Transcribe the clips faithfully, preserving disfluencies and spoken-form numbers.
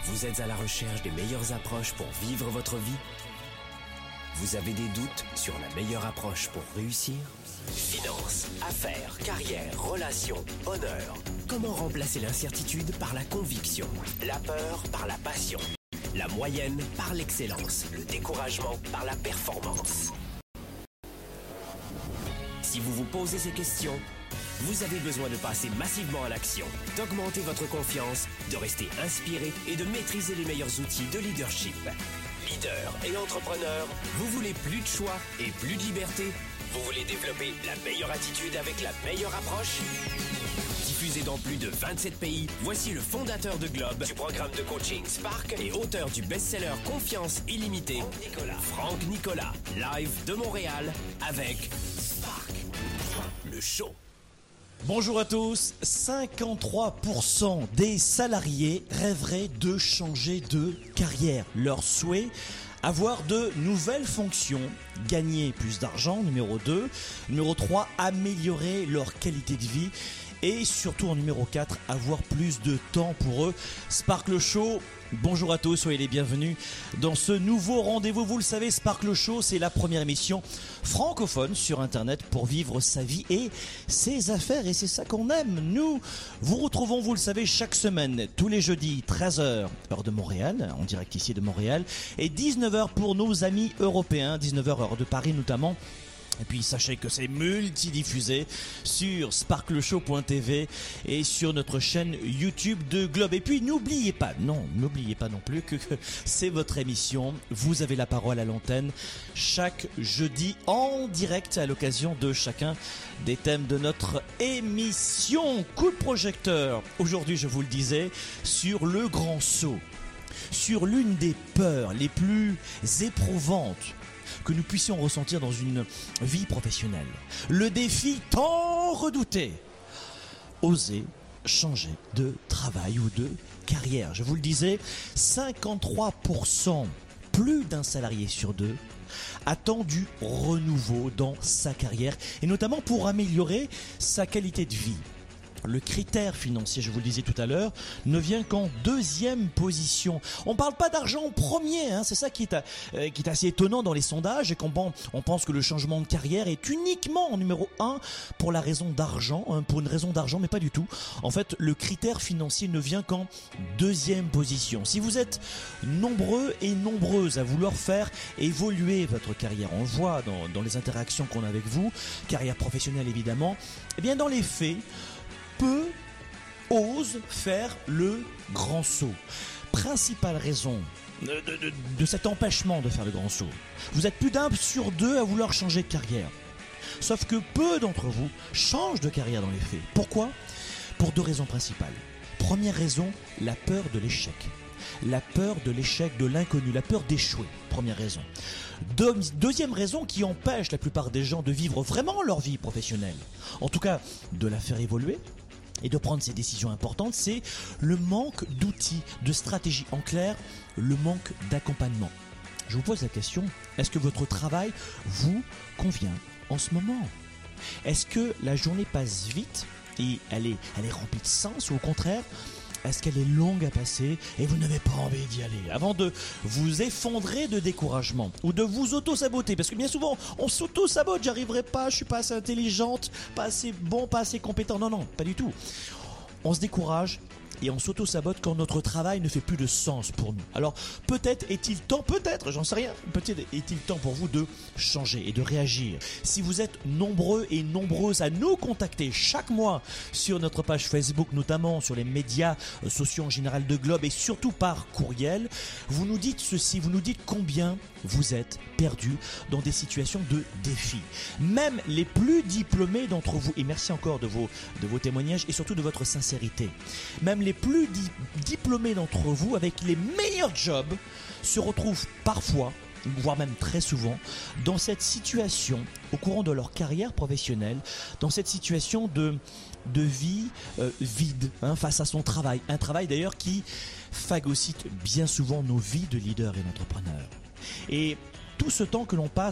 Vous êtes à la recherche des meilleures approches pour vivre votre vie? Vous avez des doutes sur la meilleure approche pour réussir? Finances, affaires, carrière, relations, honneur. Comment remplacer l'incertitude par la conviction? La peur par la passion? La moyenne par l'excellence? Le découragement par la performance? Si vous vous posez ces questions, vous avez besoin de passer massivement à l'action, d'augmenter votre confiance, de rester inspiré et de maîtriser les meilleurs outils de leadership. Leader et entrepreneur, vous voulez plus de choix et plus de liberté? Vous voulez développer la meilleure attitude avec la meilleure approche? Diffusé dans plus de vingt-sept pays, voici le fondateur de Globe, du programme de coaching Spark et auteur du best-seller Confiance illimitée, Franck Nicolas. Franck Nicolas, live de Montréal avec Spark, le show. Bonjour à tous, cinquante-trois pour cent des salariés rêveraient de changer de carrière. Leur souhait, avoir de nouvelles fonctions, gagner plus d'argent, numéro deux. Numéro trois, améliorer leur qualité de vie. Et surtout en numéro quatre, avoir plus de temps pour eux. Spark le Show, bonjour à tous, soyez les bienvenus dans ce nouveau rendez-vous. Vous le savez, Spark le Show, c'est la première émission francophone sur Internet pour vivre sa vie et ses affaires. Et c'est ça qu'on aime. Nous vous retrouvons, vous le savez, chaque semaine, tous les jeudis, treize heures, heure de Montréal, en direct ici de Montréal, et dix-neuf heures pour nos amis européens, dix-neuf heures, heure de Paris notamment. Et puis sachez que c'est multidiffusé sur sparkleshow point t v et sur notre chaîne YouTube de Globe. Et puis n'oubliez pas, non, n'oubliez pas non plus que, que c'est votre émission. Vous avez la parole à l'antenne chaque jeudi en direct à l'occasion de chacun des thèmes de notre émission. Coup de projecteur, aujourd'hui je vous le disais, sur le grand saut, sur l'une des peurs les plus éprouvantes que nous puissions ressentir dans une vie professionnelle. Le défi tant redouté. Oser changer de travail ou de carrière. Je vous le disais, cinquante-trois pour cent, plus d'un salarié sur deux, attend du renouveau dans sa carrière et notamment pour améliorer sa qualité de vie. Le critère financier, je vous le disais tout à l'heure, ne vient qu'en deuxième position. On ne parle pas d'argent en premier, hein, c'est ça qui est, euh, qui est assez étonnant dans les sondages et qu'on on pense que le changement de carrière est uniquement en numéro un pour la raison d'argent, hein, pour une raison d'argent, mais pas du tout. En fait, le critère financier ne vient qu'en deuxième position. Si vous êtes nombreux et nombreuses à vouloir faire évoluer votre carrière, on le voit dans, dans les interactions qu'on a avec vous, carrière professionnelle évidemment, eh bien dans les faits, peu osent faire le grand saut. Principale raison de, de, de, de cet empêchement de faire le grand saut. Vous êtes plus d'un sur deux à vouloir changer de carrière. Sauf que peu d'entre vous changent de carrière dans les faits. Pourquoi ? Pour deux raisons principales. Première raison, la peur de l'échec. La peur de l'échec, de l'inconnu, la peur d'échouer. Première raison. Deux, deuxième raison qui empêche la plupart des gens de vivre vraiment leur vie professionnelle. En tout cas, de la faire évoluer et de prendre ces décisions importantes, c'est le manque d'outils, de stratégie. En clair, le manque d'accompagnement. Je vous pose la question, est-ce que votre travail vous convient en ce moment? Est-ce que la journée passe vite et elle est, elle est remplie de sens ou au contraire, est-ce qu'elle est longue à passer et vous n'avez pas envie d'y aller? Avant de vous effondrer de découragement ou de vous auto-saboter, parce que bien souvent on s'auto-sabote, j'arriverai pas, je suis pas assez intelligente, pas assez bon, pas assez compétent. Non, non, pas du tout. On se décourage et on s'auto-sabote quand notre travail ne fait plus de sens pour nous. Alors peut-être est-il temps, peut-être, j'en sais rien, peut-être est-il temps pour vous de changer et de réagir. Si vous êtes nombreux et nombreuses à nous contacter chaque mois sur notre page Facebook, notamment sur les médias sociaux en général de Globe et surtout par courriel, vous nous dites ceci, vous nous dites combien vous êtes perdus dans des situations de défi. Même les plus diplômés d'entre vous, et merci encore de vos, de vos témoignages et surtout de votre sincérité, même les plus di- diplômés d'entre vous avec les meilleurs jobs se retrouvent parfois, voire même très souvent, dans cette situation au courant de leur carrière professionnelle, dans cette situation de, de vie euh, vide hein, face à son travail. Un travail d'ailleurs qui phagocyte bien souvent nos vies de leaders et d'entrepreneurs. Et tout ce temps que l'on passe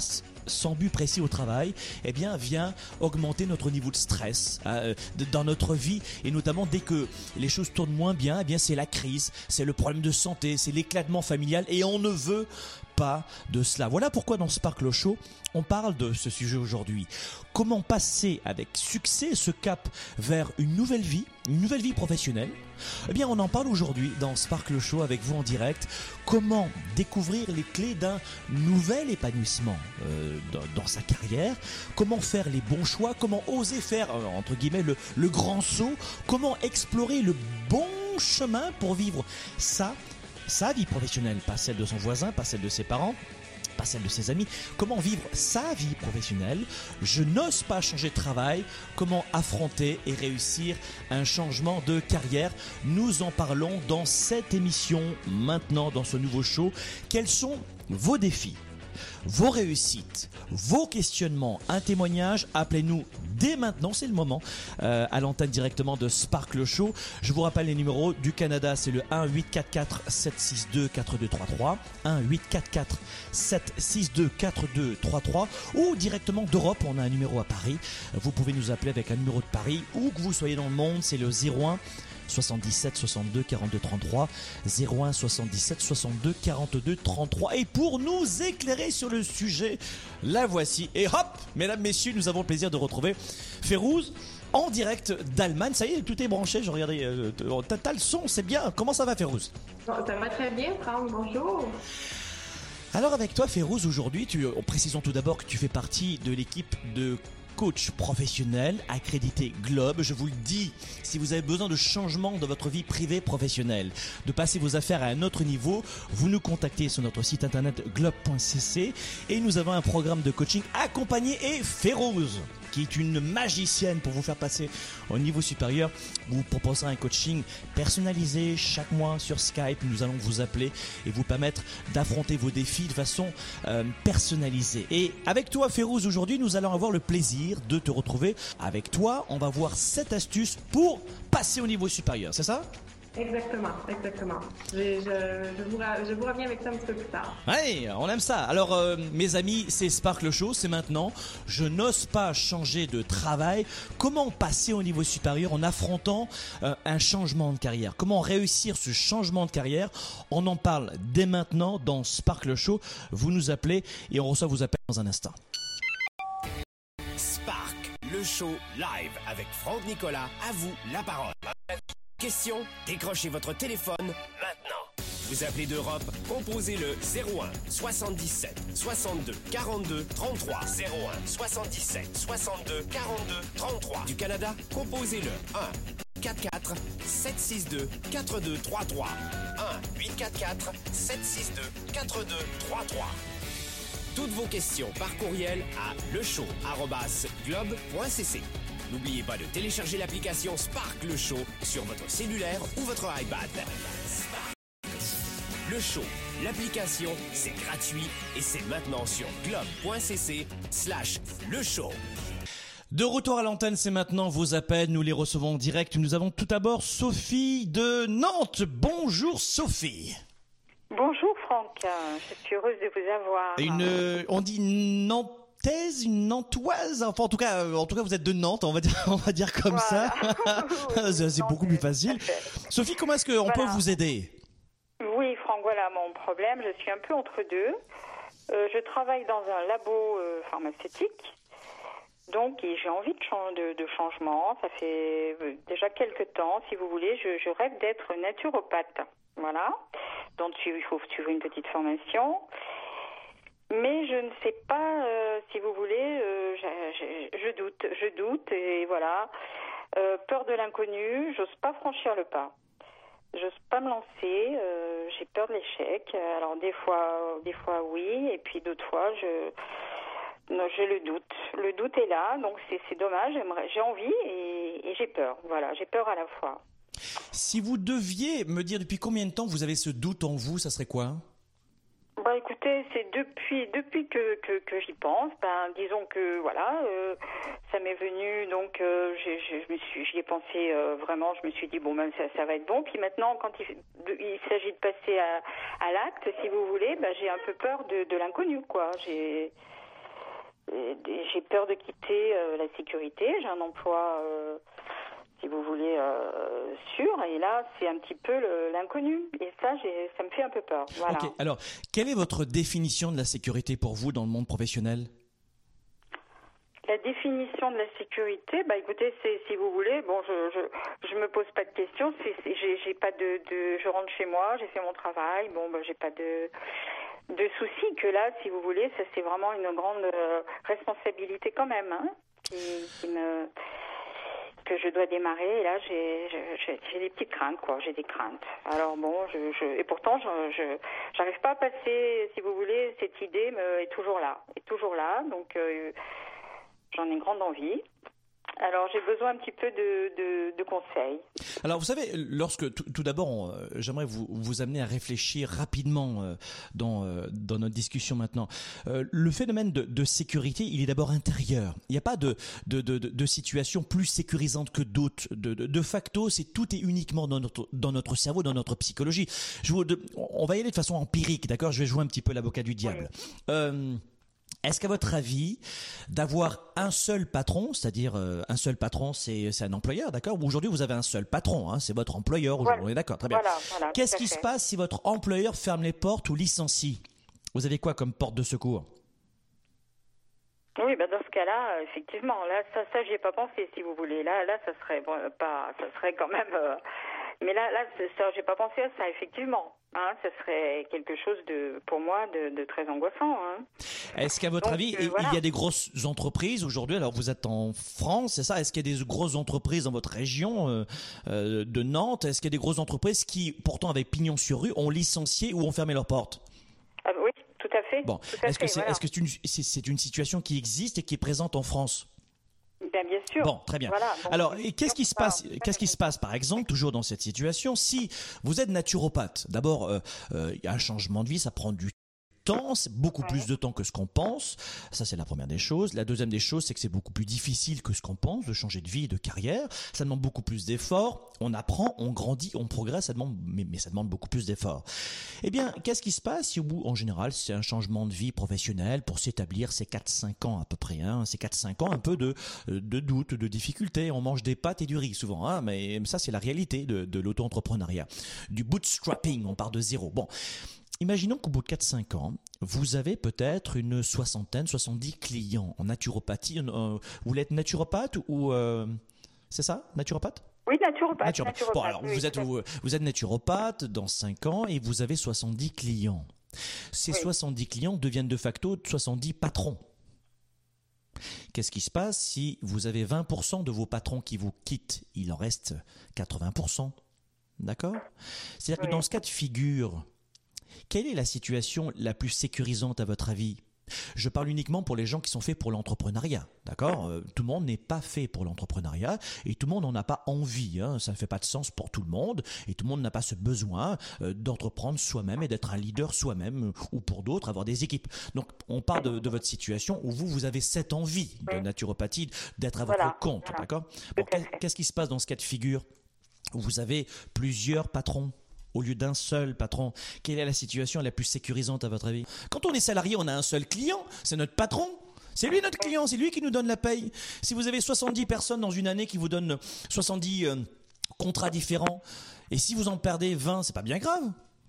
sans but précis au travail, eh bien, vient augmenter notre niveau de stress euh, de, dans notre vie, et notamment dès que les choses tournent moins bien, eh bien, c'est la crise, c'est le problème de santé, c'est l'éclatement familial, et on ne veut pas de cela. Voilà pourquoi dans Sparkle Show, on parle de ce sujet aujourd'hui. Comment passer avec succès ce cap vers une nouvelle vie, une nouvelle vie professionnelle? Eh bien, on en parle aujourd'hui dans Sparkle Show avec vous en direct. Comment découvrir les clés d'un nouvel épanouissement euh, dans, dans sa carrière? Comment faire les bons choix? Comment oser faire, euh, entre guillemets, le, le grand saut? Comment explorer le bon chemin pour vivre ça, sa vie professionnelle, pas celle de son voisin, pas celle de ses parents, pas celle de ses amis. Comment vivre sa vie professionnelle? Je n'ose pas changer de travail. Comment affronter et réussir un changement de carrière? Nous en parlons dans cette émission maintenant, dans ce nouveau show. Quels sont vos défis, vos réussites, vos questionnements, un témoignage? Appelez-nous dès maintenant, c'est le moment, euh, à l'antenne directement de Sparkle Show. Je vous rappelle les numéros du Canada, c'est le un huit quatre quatre sept six deux quatre deux trois trois, un huit quatre quatre sept six deux quatre deux trois trois, ou directement d'Europe, on a un numéro à Paris. Vous pouvez nous appeler avec un numéro de Paris, où que vous soyez dans le monde, c'est le zéro un soixante-dix-sept soixante-deux quarante-deux trente-trois, zéro un soixante-dix-sept soixante-deux quarante-deux trente-trois. Et pour nous éclairer sur le sujet, la voici. Et hop, mesdames, messieurs, nous avons le plaisir de retrouver Férouz en direct d'Allemagne. Ça y est, tout est branché. Je regardais, euh, t'as, t'as le son, c'est bien. Comment ça va, Férouz? Bon, ça va très bien, Franck. Bonjour. Alors avec toi, Férouz, aujourd'hui, tu, précisons tout d'abord que tu fais partie de l'équipe de coach professionnel accrédité Globe. Je vous le dis, si vous avez besoin de changement dans votre vie privée professionnelle, de passer vos affaires à un autre niveau, vous nous contactez sur notre site internet globe point c c, et nous avons un programme de coaching accompagné et Férouz, qui est une magicienne pour vous faire passer au niveau supérieur, vous proposera un coaching personnalisé chaque mois sur Skype. Nous allons vous appeler et vous permettre d'affronter vos défis de façon euh, personnalisée. Et avec toi, Férouz, aujourd'hui, nous allons avoir le plaisir de te retrouver. Avec toi, on va voir sept astuces pour passer au niveau supérieur, c'est ça? Exactement, exactement. Je, je, je, vous, je vous reviens avec ça un petit peu plus tard. Oui, on aime ça. Alors, euh, mes amis, c'est Sparkle Show, c'est maintenant. Je n'ose pas changer de travail. Comment passer au niveau supérieur en affrontant euh, un changement de carrière? Comment réussir ce changement de carrière? On en parle dès maintenant dans Sparkle Show. Vous nous appelez et on reçoit vos appels dans un instant. Spark, le show live avec Franck Nicolas. À vous la parole. Question, décrochez votre téléphone maintenant. Vous appelez d'Europe, composez le zéro un soixante-dix-sept soixante-deux quarante-deux trente-trois, zéro un soixante-dix-sept soixante-deux quarante-deux trente-trois. Du Canada, composez le un quatre quatre sept six deux quatre deux trois trois, un huit quatre quatre sept six deux quatre deux trois trois. Toutes vos questions par courriel à leshow arobase globe point c c. N'oubliez pas de télécharger l'application Sparkle Show sur votre cellulaire ou votre iPad. Spark. Le show, l'application, c'est gratuit et c'est maintenant sur globe point c c slash le show. De retour à l'antenne, c'est maintenant vos appels, nous les recevons en direct. Nous avons tout d'abord Sophie de Nantes. Bonjour Sophie. Bonjour Franck, je suis heureuse de vous avoir. Une, on dit Nantes. Une Nantoise, enfin en tout cas, euh, en tout cas vous êtes de Nantes, on va dire, on va dire comme voilà. ça. c'est, c'est beaucoup plus facile. Sophie, comment est-ce qu'on voilà. peut vous aider? Oui, Franck, voilà mon problème. Je suis un peu entre deux. Euh, je travaille dans un labo euh, pharmaceutique, donc et j'ai envie de, ch- de, de changement. Ça fait euh, déjà quelques temps, si vous voulez. Je, je rêve d'être naturopathe. Voilà. Donc il faut suivre une petite formation. Mais je ne sais pas, euh, si vous voulez, euh, je, je, je doute, je doute et voilà. Euh, peur de l'inconnu, j'ose pas franchir le pas. J'ose pas me lancer, euh, j'ai peur de l'échec. Alors des fois, des fois oui, et puis d'autres fois, je, non, j'ai le doute. Le doute est là, donc c'est, c'est dommage. J'aimerais, j'ai envie et, et j'ai peur. Voilà, j'ai peur à la fois. Si vous deviez me dire depuis combien de temps vous avez ce doute en vous, ça serait quoi? Bah écoutez, c'est depuis depuis que que, que j'y pense. Ben disons que voilà, euh, ça m'est venu donc euh, j'ai, j'ai, je me suis j'y ai pensé euh, vraiment. Je me suis dit bon ben ça ça va être bon. Puis maintenant quand il, il s'agit de passer à, à l'acte, si vous voulez, ben j'ai un peu peur de, de l'inconnu quoi. J'ai j'ai peur de quitter euh, la sécurité. J'ai un emploi, euh, si vous voulez, euh, sûr. Et là, c'est un petit peu le, l'inconnu. Et ça, j'ai, ça me fait un peu peur. Voilà. Ok. Alors, quelle est votre définition de la sécurité pour vous dans le monde professionnel ? La définition de la sécurité, bah écoutez, c'est si vous voulez, bon, je je je me pose pas de questions. C'est, c'est j'ai j'ai pas de, de je rentre chez moi, j'ai fait mon travail. Bon, bah j'ai pas de de soucis que là, si vous voulez, ça c'est vraiment une grande euh, responsabilité quand même, hein, qui, qui me que je dois démarrer. Et là, j'ai j'ai, j'ai des petites craintes, quoi. J'ai des craintes. Alors bon, je, je et pourtant, je, je j'arrive pas à passer, si vous voulez, cette idée me, est toujours là, est toujours là. Donc euh, j'en ai une grande envie. Alors, j'ai besoin un petit peu de, de, de conseils. Alors, vous savez, lorsque tout, tout d'abord, on, euh, j'aimerais vous, vous amener à réfléchir rapidement euh, dans, euh, dans notre discussion maintenant. Euh, le phénomène de, de sécurité, il est d'abord intérieur. Il n'y a pas de, de, de, de situation plus sécurisante que d'autres. De, de, de facto, c'est tout est uniquement dans notre, dans notre cerveau, dans notre psychologie. Je vous, de, on va y aller de façon empirique, d'accord ? Je vais jouer un petit peu l'avocat du diable. Oui. Euh, Est-ce qu'à votre avis, d'avoir un seul patron, c'est-à-dire euh, un seul patron, c'est, c'est un employeur, d'accord ? Aujourd'hui, vous avez un seul patron, hein, c'est votre employeur. Voilà. On est d'accord, très bien. Voilà, voilà, Qu'est-ce qui se passe si votre employeur ferme les portes ou licencie ? Vous avez quoi comme porte de secours ? Oui, ben dans ce cas-là, effectivement, là, ça, ça, j'y ai pas pensé, si vous voulez. Là, là, ça serait bon, pas, ça serait quand même. Euh, mais là, là, ça, j'ai pas pensé à ça, effectivement. Hein, ça serait quelque chose de, pour moi, de, de très angoissant. Hein. Est-ce qu'à votre Donc, avis, euh, il voilà. y a des grosses entreprises aujourd'hui ? Alors, vous êtes en France, c'est ça ? Est-ce qu'il y a des grosses entreprises dans votre région euh, euh, de Nantes ? Est-ce qu'il y a des grosses entreprises qui, pourtant, avec pignon sur rue, ont licencié ou ont fermé leurs portes ? Ah, oui, tout à fait. Bon, tout à est-ce fait, que c'est, voilà. est-ce que c'est une, c'est, c'est une situation qui existe et qui est présente en France ? Bien, bien sûr. Bon, très bien. Voilà, bon, alors, et qu'est-ce qui se passe Qu'est-ce qui se passe, par exemple, toujours dans cette situation, si vous êtes naturopathe ? D'abord, euh, euh, y a un changement de vie, ça prend du temps, c'est beaucoup ouais. plus de temps que ce qu'on pense. Ça, c'est la première des choses. La deuxième des choses, c'est que c'est beaucoup plus difficile que ce qu'on pense de changer de vie et de carrière. Ça demande beaucoup plus d'efforts. On apprend, on grandit, on progresse, ça demande, mais, mais ça demande beaucoup plus d'efforts. Eh bien, qu'est-ce qui se passe si au bout, en général, c'est un changement de vie professionnelle pour s'établir, c'est quatre cinq ans à peu près, hein, c'est quatre cinq ans un peu de, de doute, de difficulté. On mange des pâtes et du riz souvent, hein, mais ça, c'est la réalité de, de l'auto-entrepreneuriat. Du bootstrapping, on part de zéro. Bon. Imaginons qu'au bout de quatre cinq ans, vous avez peut-être une soixantaine, soixante-dix clients en naturopathie. Euh, vous voulez être naturopathe ou euh, c'est ça, naturopathe ? Oui, naturopathe. naturopathe. naturopathe bon, alors oui, vous êtes vous, vous êtes naturopathe dans cinq ans et vous avez soixante-dix clients. Ces oui. soixante-dix clients deviennent de facto soixante-dix patrons. Qu'est-ce qui se passe si vous avez vingt pour cent de vos patrons qui vous quittent ? Il en reste quatre-vingts pour cent. D'accord ? C'est-à-dire oui. que dans ce cas de figure, quelle est la situation la plus sécurisante à votre avis ? Je parle uniquement pour les gens qui sont faits pour l'entrepreneuriat, d'accord ? euh, Tout le monde n'est pas fait pour l'entrepreneuriat et tout le monde n'en a pas envie, hein, ça ne fait pas de sens pour tout le monde et tout le monde n'a pas ce besoin euh, d'entreprendre soi-même et d'être un leader soi-même euh, ou pour d'autres, avoir des équipes. Donc on parle de, de votre situation où vous, vous avez cette envie de naturopathie, d'être à votre voilà, compte, voilà. d'accord ? Bon, qu'est-ce qui se passe dans ce cas de figure où vous avez plusieurs patrons au lieu d'un seul patron? Quelle est la situation la plus sécurisante à votre avis? Quand on est salarié, on a un seul client, c'est notre patron. C'est lui notre client, c'est lui qui nous donne la paye. Si vous avez soixante-dix personnes dans une année qui vous donnent soixante-dix euh, contrats différents, et si vous en perdez vingt, c'est pas bien grave.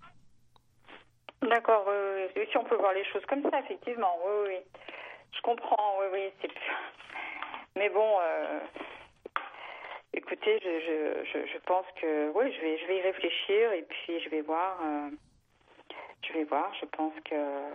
D'accord, euh, si on peut voir les choses comme ça, effectivement, oui, oui. Je comprends, oui, oui. C'est... Mais bon, euh, écoutez, je, je, je, je pense que, oui, je vais, je vais y réfléchir et puis je vais voir, euh, je vais voir, je pense que...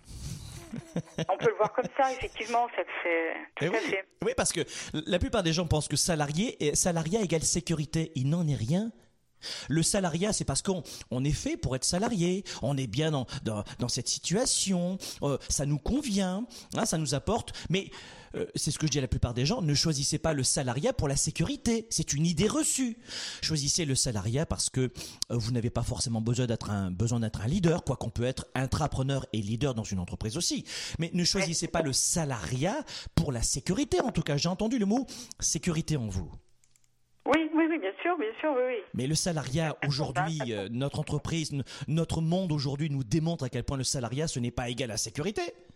On peut le voir comme ça, effectivement, ça fait tout oui, à fait. Oui, parce que la plupart des gens pensent que salarié, salariat égale sécurité. Il n'en est rien. Le salariat, c'est parce qu'on on est fait pour être salarié, on est bien dans, dans, dans cette situation, euh, ça nous convient, hein, ça nous apporte, mais euh, c'est ce que je dis à la plupart des gens, ne choisissez pas le salariat pour la sécurité, c'est une idée reçue. Choisissez le salariat parce que euh, vous n'avez pas forcément besoin d'être un, besoin d'être un leader, quoi qu'on peut être intrapreneur et leader dans une entreprise aussi, mais ne choisissez pas le salariat pour la sécurité, en tout cas j'ai entendu le mot sécurité en vous. Oui, oui, oui, bien sûr, bien sûr, oui, oui. Mais le salariat, aujourd'hui, euh, notre entreprise, n- notre monde aujourd'hui nous démontre à quel point le salariat, ce n'est pas égal à la sécurité.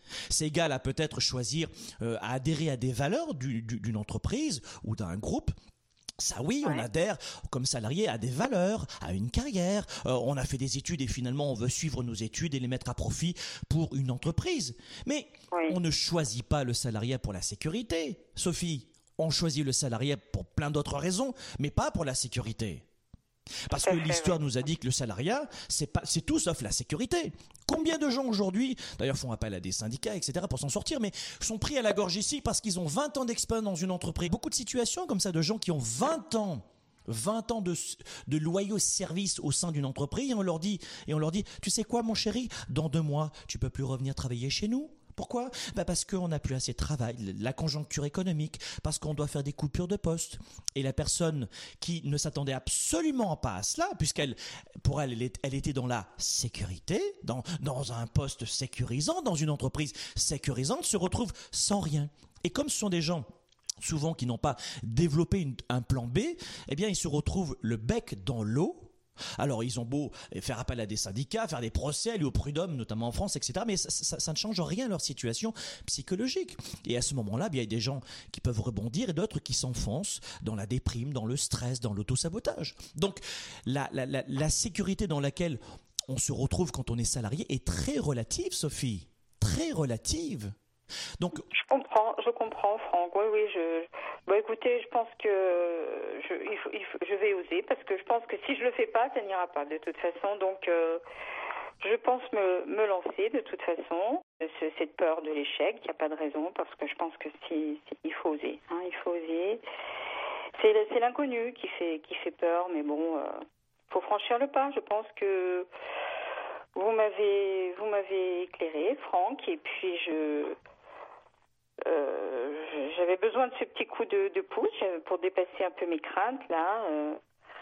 C'est égal à peut-être choisir, euh, à adhérer à des valeurs du, du, d'une entreprise ou d'un groupe. Ça oui, on Ouais. adhère comme salarié à des valeurs, à une carrière. Euh, on a fait des études et finalement on veut suivre nos études et les mettre à profit pour une entreprise. Mais Oui. on ne choisit pas le salariat pour la sécurité, Sophie. On choisit le salariat pour plein d'autres raisons, mais pas pour la sécurité. Parce Tout à que fait, l'histoire oui. nous a dit que le salariat, c'est pas, c'est tout sauf la sécurité. Combien de gens aujourd'hui, d'ailleurs, font appel à des syndicats, et cetera, pour s'en sortir, mais sont pris à la gorge ici parce qu'ils ont vingt ans d'expérience dans une entreprise. Beaucoup de situations comme ça de gens qui ont vingt ans. vingt ans de, de loyaux services au sein d'une entreprise et on leur dit, et on leur dit, tu sais quoi, mon chéri, dans deux mois, tu peux plus revenir travailler chez nous. Pourquoi ? Bah parce qu'on n'a plus assez de travail, la conjoncture économique, parce qu'on doit faire des coupures de poste. Et la personne qui ne s'attendait absolument pas à cela, puisqu'elle, pour elle, elle, est- elle était dans la sécurité, dans, dans un poste sécurisant, dans une entreprise sécurisante, se retrouve sans rien. Et comme ce sont des gens souvent qui n'ont pas développé une- un plan B, eh bien ils se retrouvent le bec dans l'eau. Alors, ils ont beau faire appel à des syndicats, faire des procès, aller au prud'homme, notamment en France, et cetera. Mais ça, ça- ça ne change rien à leur situation psychologique. Et à ce moment-là, bien, il y a des gens qui peuvent rebondir et d'autres qui s'enfoncent dans la déprime, dans le stress, dans l'autosabotage. Donc, la, la, la, la sécurité dans laquelle on se retrouve quand on est salarié est très relative, Sophie. Très relative. Donc, Je comprends, je comprends, Franck. Oui, oui, je. Bon, écoutez, je pense que je, il faut, il faut- je vais oser parce que je pense que si je le fais pas, ça n'ira pas de toute façon. Donc, euh, je pense me, me lancer de toute façon. Ce- Cette peur de l'échec, il n'y a pas de raison parce que je pense que si, si- il faut oser. Hein, il faut oser. C'est le- c'est l'inconnu qui fait qui fait peur, mais bon, euh, faut franchir le pas. Je pense que vous m'avez vous m'avez éclairé, Franck, et puis je. Euh, j'avais besoin de ce petit coup de, de pouce euh, pour dépasser un peu mes craintes là. euh.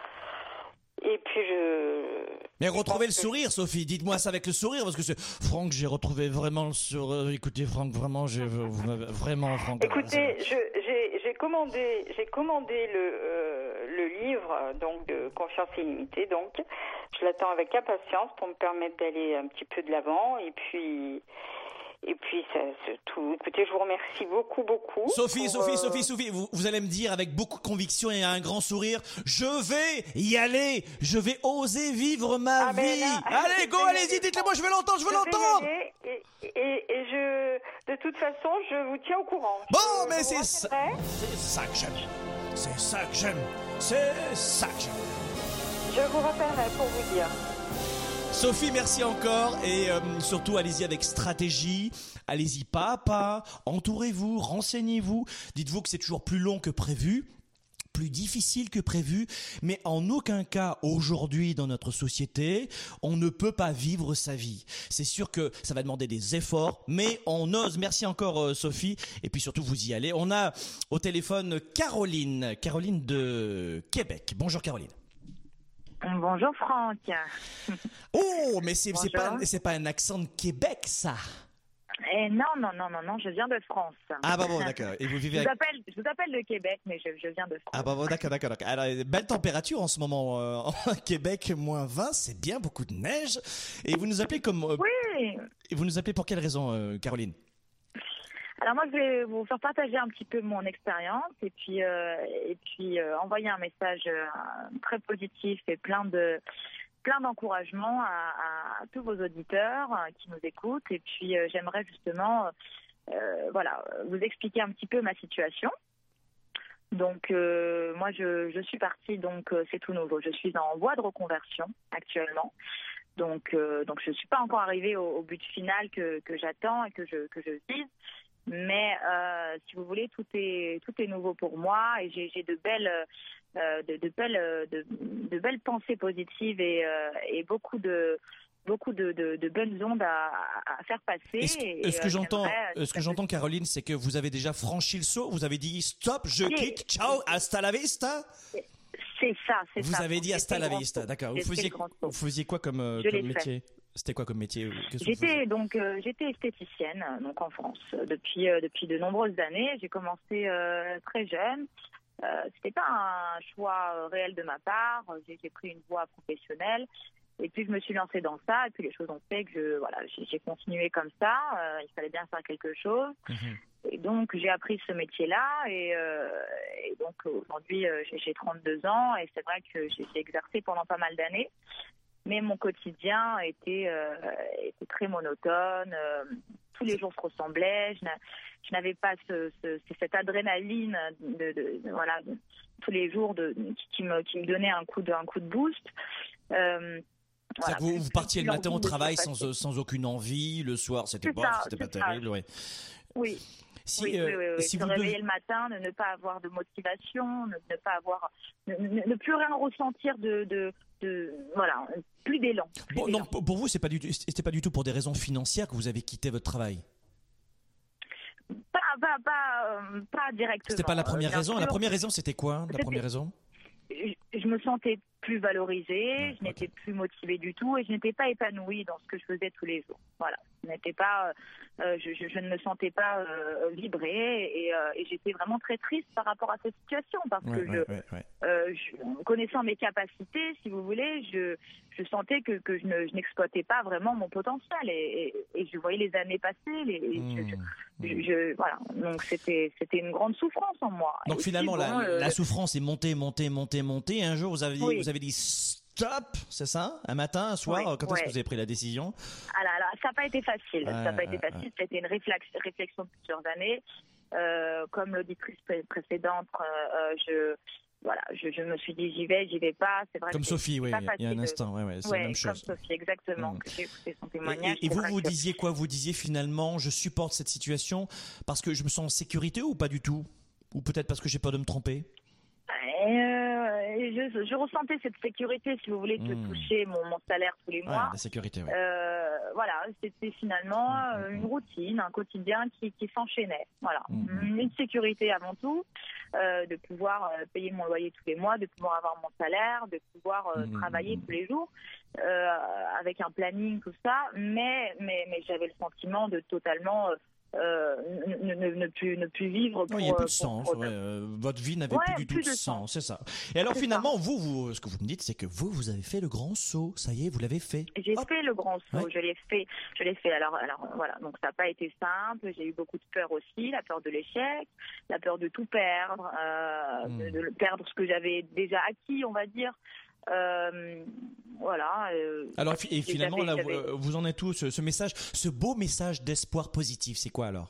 Et puis je. mais retrouvez le pense que- sourire, Sophie. Dites-moi ça avec le sourire, parce que c'est Franck, j'ai retrouvé vraiment le sourire. Écoutez, Franck, vraiment, j'ai vous m'avez- vraiment, Franck. Écoutez, je- j'ai j'ai commandé j'ai commandé le euh, le livre euh, donc de Confiance illimitée. Donc je l'attends avec impatience pour me permettre d'aller un petit peu de l'avant. Et puis et puis ça c'est tout. Écoutez, je vous remercie beaucoup beaucoup. Sophie, pour, Sophie, euh, Sophie, Sophie, vous, vous allez me dire avec beaucoup de conviction et un grand sourire, je vais y aller, je vais oser vivre ma Ah, mais vie. là, Allez, je go, vais y allez-y, aller, dites-le moi, je veux l'entendre, je veux Je vais y l'entendre. aller et, et, et je, de toute façon, je vous tiens au courant. Bon, Je mais vous c'est ça, rappellerai. c'est ça que j'aime, c'est ça que j'aime, c'est ça que j'aime. Je vous rappellerai pour vous dire. Sophie, merci encore et euh, surtout allez-y avec stratégie, allez-y pas à pas, entourez-vous, renseignez-vous, dites-vous que c'est toujours plus long que prévu, plus difficile que prévu, mais en aucun cas aujourd'hui dans notre société, on ne peut pas vivre sa vie. C'est sûr que ça va demander des efforts, mais on ose. Merci encore euh, Sophie, et puis surtout vous y allez. On a au téléphone Caroline, Caroline de Québec. Bonjour Caroline. Bonjour Franck. Oh, mais c'est c'est pas Bonjour. c'est pas un accent de Québec ça. Eh non, non, non, non, non, je viens de France. Ah bah bon, d'accord. Et vous Je vivez vous, avec... appelle, je vous appelle de Québec, mais je, je viens de France. Ah bah bon, d'accord, d'accord, d'accord. Alors, belle température en ce moment euh, en Québec, moins vingt, c'est bien, beaucoup de neige. Et vous nous appelez comme... euh, Oui. et vous nous appelez pour quelle raison, euh, Caroline? Alors moi, je vais vous faire partager un petit peu mon expérience et puis, euh, et puis euh, envoyer un message euh, très positif et plein de... plein d'encouragement à, à tous vos auditeurs euh, qui nous écoutent. Et puis, euh, j'aimerais justement euh, voilà, vous expliquer un petit peu ma situation. Donc, euh, moi, je, je suis partie, donc euh, c'est tout nouveau. Je suis en voie de reconversion actuellement. Donc, euh, donc je ne suis pas encore arrivée au, au but final que, que j'attends et que je, que je vise. Mais euh, si vous voulez, tout est, tout est nouveau pour moi et j'ai, j'ai de belles... Euh, de, de belles de, de belles pensées positives et, euh, et beaucoup de beaucoup de, de, de bonnes ondes à, à faire passer. Est-ce, et, est-ce que euh, j'entends, j'aimerais, ce que j'entends, Caroline, c'est que vous avez déjà franchi le saut. Vous avez dit stop, je Oui. quitte, ciao, hasta la vista. C'est ça, c'est Vous ça. avez dit J'ai hasta fait la le grand vista, saut. d'accord. Vous J'ai fait faisiez, le grand saut. vous faisiez quoi comme, euh, Je comme l'ai fait. métier? C'était quoi comme métier? Qu'est-ce que vous faisiez? J'étais donc euh, j'étais esthéticienne donc en France depuis euh, depuis de nombreuses années. J'ai commencé euh, très jeune. Euh, c'était pas un choix euh, réel de ma part. J'ai, j'ai pris une voie professionnelle Et puis je me suis lancée dans ça, et puis les choses ont fait que je, voilà, j'ai, j'ai continué comme ça. Euh, il fallait bien faire quelque chose. Mmh. Et donc j'ai appris ce métier-là, et, euh, et donc aujourd'hui euh, j'ai, j'ai trente-deux ans, et c'est vrai que j'ai, j'ai exercé pendant pas mal d'années. Mais mon quotidien était, euh, était très monotone. Euh, tous les jours se ressemblaient. Je, n'a, je n'avais pas ce, ce, cette adrénaline de, de, de, voilà, de, tous les jours de, qui, qui, me, qui me donnait un coup de, un coup de boost. Euh, Voilà, vous, vous partiez le matin au travail sans, sans aucune envie, le soir c'était pas, c'était pas terrible. Ouais. Oui. Si, oui, euh, oui, oui, oui. si se vous réveiller devez... le matin, ne, ne pas avoir de motivation, ne, ne pas avoir, ne, ne, ne plus rien ressentir de, de, de voilà, plus d'élan. Plus Bon, d'élan. donc pour vous, c'est pas du, c'était pas du tout pour des raisons financières que vous avez quitté votre travail. Pas, pas, pas, euh, pas directement. C'était pas la première euh, raison. sûr. La première raison, c'était quoi? La C'était... première raison? Je, je me sentais plus valorisée, ouais, je n'étais okay. plus motivée du tout, et je n'étais pas épanouie dans ce que je faisais tous les jours. Voilà, je n'étais pas, euh, je, je, je ne me sentais pas euh, vibrer, et, euh, et j'étais vraiment très triste par rapport à cette situation, parce ouais, que ouais, je, ouais, ouais. Euh, je, connaissant mes capacités, si vous voulez, je, je sentais que, que je, ne, je n'exploitais pas vraiment mon potentiel, et, et, et je voyais les années passer, les, mmh, je, je, mmh. je, voilà, donc c'était, c'était une grande souffrance en moi. Donc et finalement, puis, bon, la, euh, la souffrance est montée, montée, montée, montée. Un jour, vous avez, oui. vous avez dit stop, c'est ça? Un matin, un soir, oui, quand ouais. est-ce que vous avez pris la décision? Alors, alors, ça n'a pas été facile. Ouais, ça n'a pas ouais, été facile. ouais. C'était une réflexion, réflexion de plusieurs années. Euh, comme l'auditrice précédente, euh, je voilà, je, je me suis dit j'y vais, j'y vais pas. C'est vrai comme que Sophie, oui, il y a un instant, ouais, ouais, c'est ouais, la même chose. Comme Sophie, exactement. Mmh. Que j'ai écouté son témoignage. Et, et, et vous, vous que... disiez quoi? Vous disiez finalement, je supporte cette situation parce que je me sens en sécurité ou pas du tout? Ou peut-être parce que j'ai peur de me tromper? Euh, je, je ressentais cette sécurité, si vous voulez, que mmh. toucher mon, mon salaire tous les mois. Ouais, la sécurité, ouais. Euh, voilà, c'était finalement mmh, euh, mmh. une routine, un quotidien qui, qui s'enchaînait. Voilà, mmh. une sécurité avant tout, euh, de pouvoir euh, payer mon loyer tous les mois, de pouvoir avoir mon salaire, de pouvoir euh, mmh. travailler tous les jours, euh, avec un planning, tout ça. Mais, mais, mais j'avais le sentiment de totalement... Euh, Euh, ne, ne, ne, plus, ne plus vivre pour... Il n'y a plus de pour, sens, pour... ouais. euh, votre vie n'avait ouais, plus du tout plus de, de sens, sens, c'est ça. Et alors c'est finalement, ça. vous, vous, ce que vous me dites, c'est que vous, vous avez fait le grand saut, ça y est, vous l'avez fait. J'ai Hop. fait le grand saut, ouais. je l'ai fait, je l'ai fait. Alors, alors voilà, donc ça n'a pas été simple, j'ai eu beaucoup de peur aussi, la peur de l'échec, la peur de tout perdre, euh, mmh. de, de perdre ce que j'avais déjà acquis, on va dire. Euh, voilà. Euh, alors et finalement j'avais, là, j'avais... vous, vous en êtes où ce, ce message, ce beau message d'espoir positif, c'est quoi alors?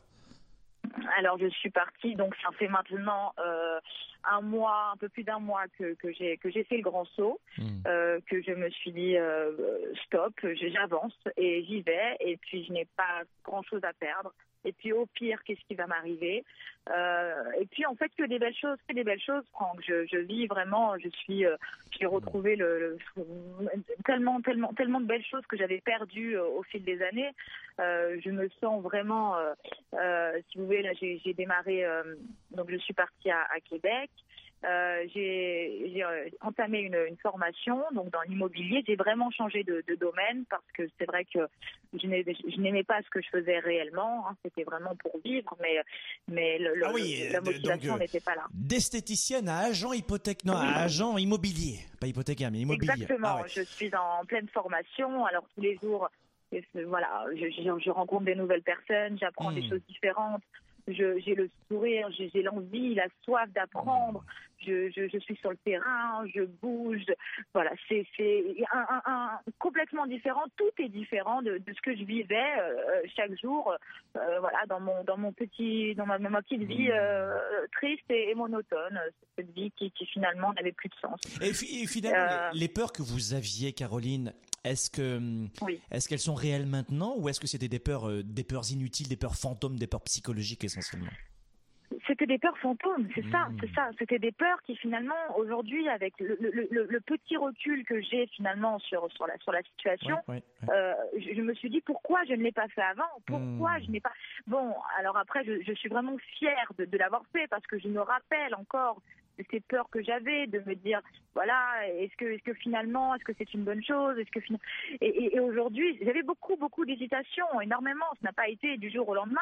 Alors je suis partie, donc ça fait maintenant euh, un mois, un peu plus d'un mois que, que j'ai que j'ai fait le grand saut, mmh. euh, que je me suis dit euh, stop, j'avance et j'y vais, et puis je n'ai pas grand chose à perdre. Et puis au pire, qu'est-ce qui va m'arriver? euh, Et puis en fait que des belles choses, que des belles choses, Franck. Je, je vis vraiment, je suis, euh, j'ai retrouvé le, le, tellement, tellement, tellement de belles choses que j'avais perdues euh, au fil des années. Euh, je me sens vraiment, euh, euh, si vous voulez, là j'ai, j'ai démarré, euh, donc je suis partie à, à Québec. Euh, j'ai, j'ai euh, entamé une, une formation donc dans l'immobilier. J'ai vraiment changé de, de domaine parce que c'est vrai que je, n'ai, je n'aimais pas ce que je faisais réellement. Hein. C'était vraiment pour vivre, mais mais le, ah oui, la motivation donc, n'était pas là. D'esthéticienne à agent hypothèque, non, à agent immobilier, pas hypothécaire mais immobilier. Exactement. Ah ouais. Je suis en pleine formation. Alors tous les jours, voilà, je, je, je rencontre des nouvelles personnes, j'apprends mmh. des choses différentes. Je, j'ai le sourire, j'ai, j'ai l'envie, la soif d'apprendre. Je, je, je suis sur le terrain, je bouge. Voilà, c'est, c'est un, un, un, complètement différent. Tout est différent de, de ce que je vivais euh, chaque jour. Euh, voilà, dans mon dans mon petit dans ma, ma petite vie euh, triste et, et monotone. Cette vie qui, qui finalement n'avait plus de sens. Et, et finalement, euh, les, les peurs que vous aviez, Caroline. Est-ce que, oui. est-ce qu'elles sont réelles maintenant ou est-ce que c'était des peurs, euh, des peurs inutiles, des peurs fantômes, des peurs psychologiques essentiellement? C'était des peurs fantômes, c'est mmh. ça, c'est ça. C'était des peurs qui finalement, aujourd'hui, avec le, le, le, le petit recul que j'ai finalement sur, sur, la, sur la situation, ouais, ouais, ouais. Euh, je, je me suis dit pourquoi je ne l'ai pas fait avant, pourquoi mmh. je n'ai pas... Bon, alors après, je, je suis vraiment fière de, de l'avoir fait parce que je me rappelle encore de ces peurs que j'avais, de me dire, voilà, est-ce que, est-ce que finalement, est-ce que c'est une bonne chose, est-ce que finalement... et, et, et aujourd'hui, j'avais beaucoup, beaucoup d'hésitations, énormément, ça n'a pas été du jour au lendemain,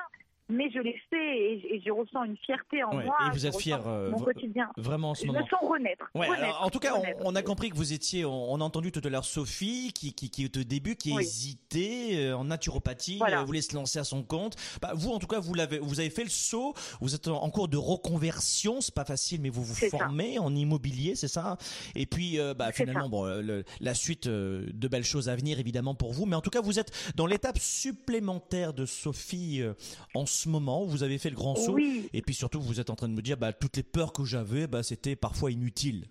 mais je l'ai fait et, et je ressens une fierté en ouais, moi. Et vous êtes fier euh, mon quotidien. Vraiment en ce je moment. Je me sens renaître. Ouais, renaître alors, en tout cas, renaître. on, on a compris que vous étiez, on, on a entendu tout à l'heure Sophie qui, qui, qui au début, qui oui. hésitait euh, en naturopathie, voilà. euh, voulait se lancer à son compte. Bah, vous, en tout cas, vous l'avez, vous avez fait le saut. Vous êtes en, en cours de reconversion, c'est pas facile, mais vous vous c'est formez ça. en immobilier, c'est ça. Et puis, euh, bah, finalement, bon, le, la suite, euh, de belles choses à venir évidemment pour vous. Mais en tout cas, vous êtes dans l'étape supplémentaire de Sophie euh, en ce moment. Vous avez fait le grand saut. Oui. Et puis surtout, vous êtes en train de me dire, bah, toutes les peurs que j'avais, bah, c'était parfois inutile.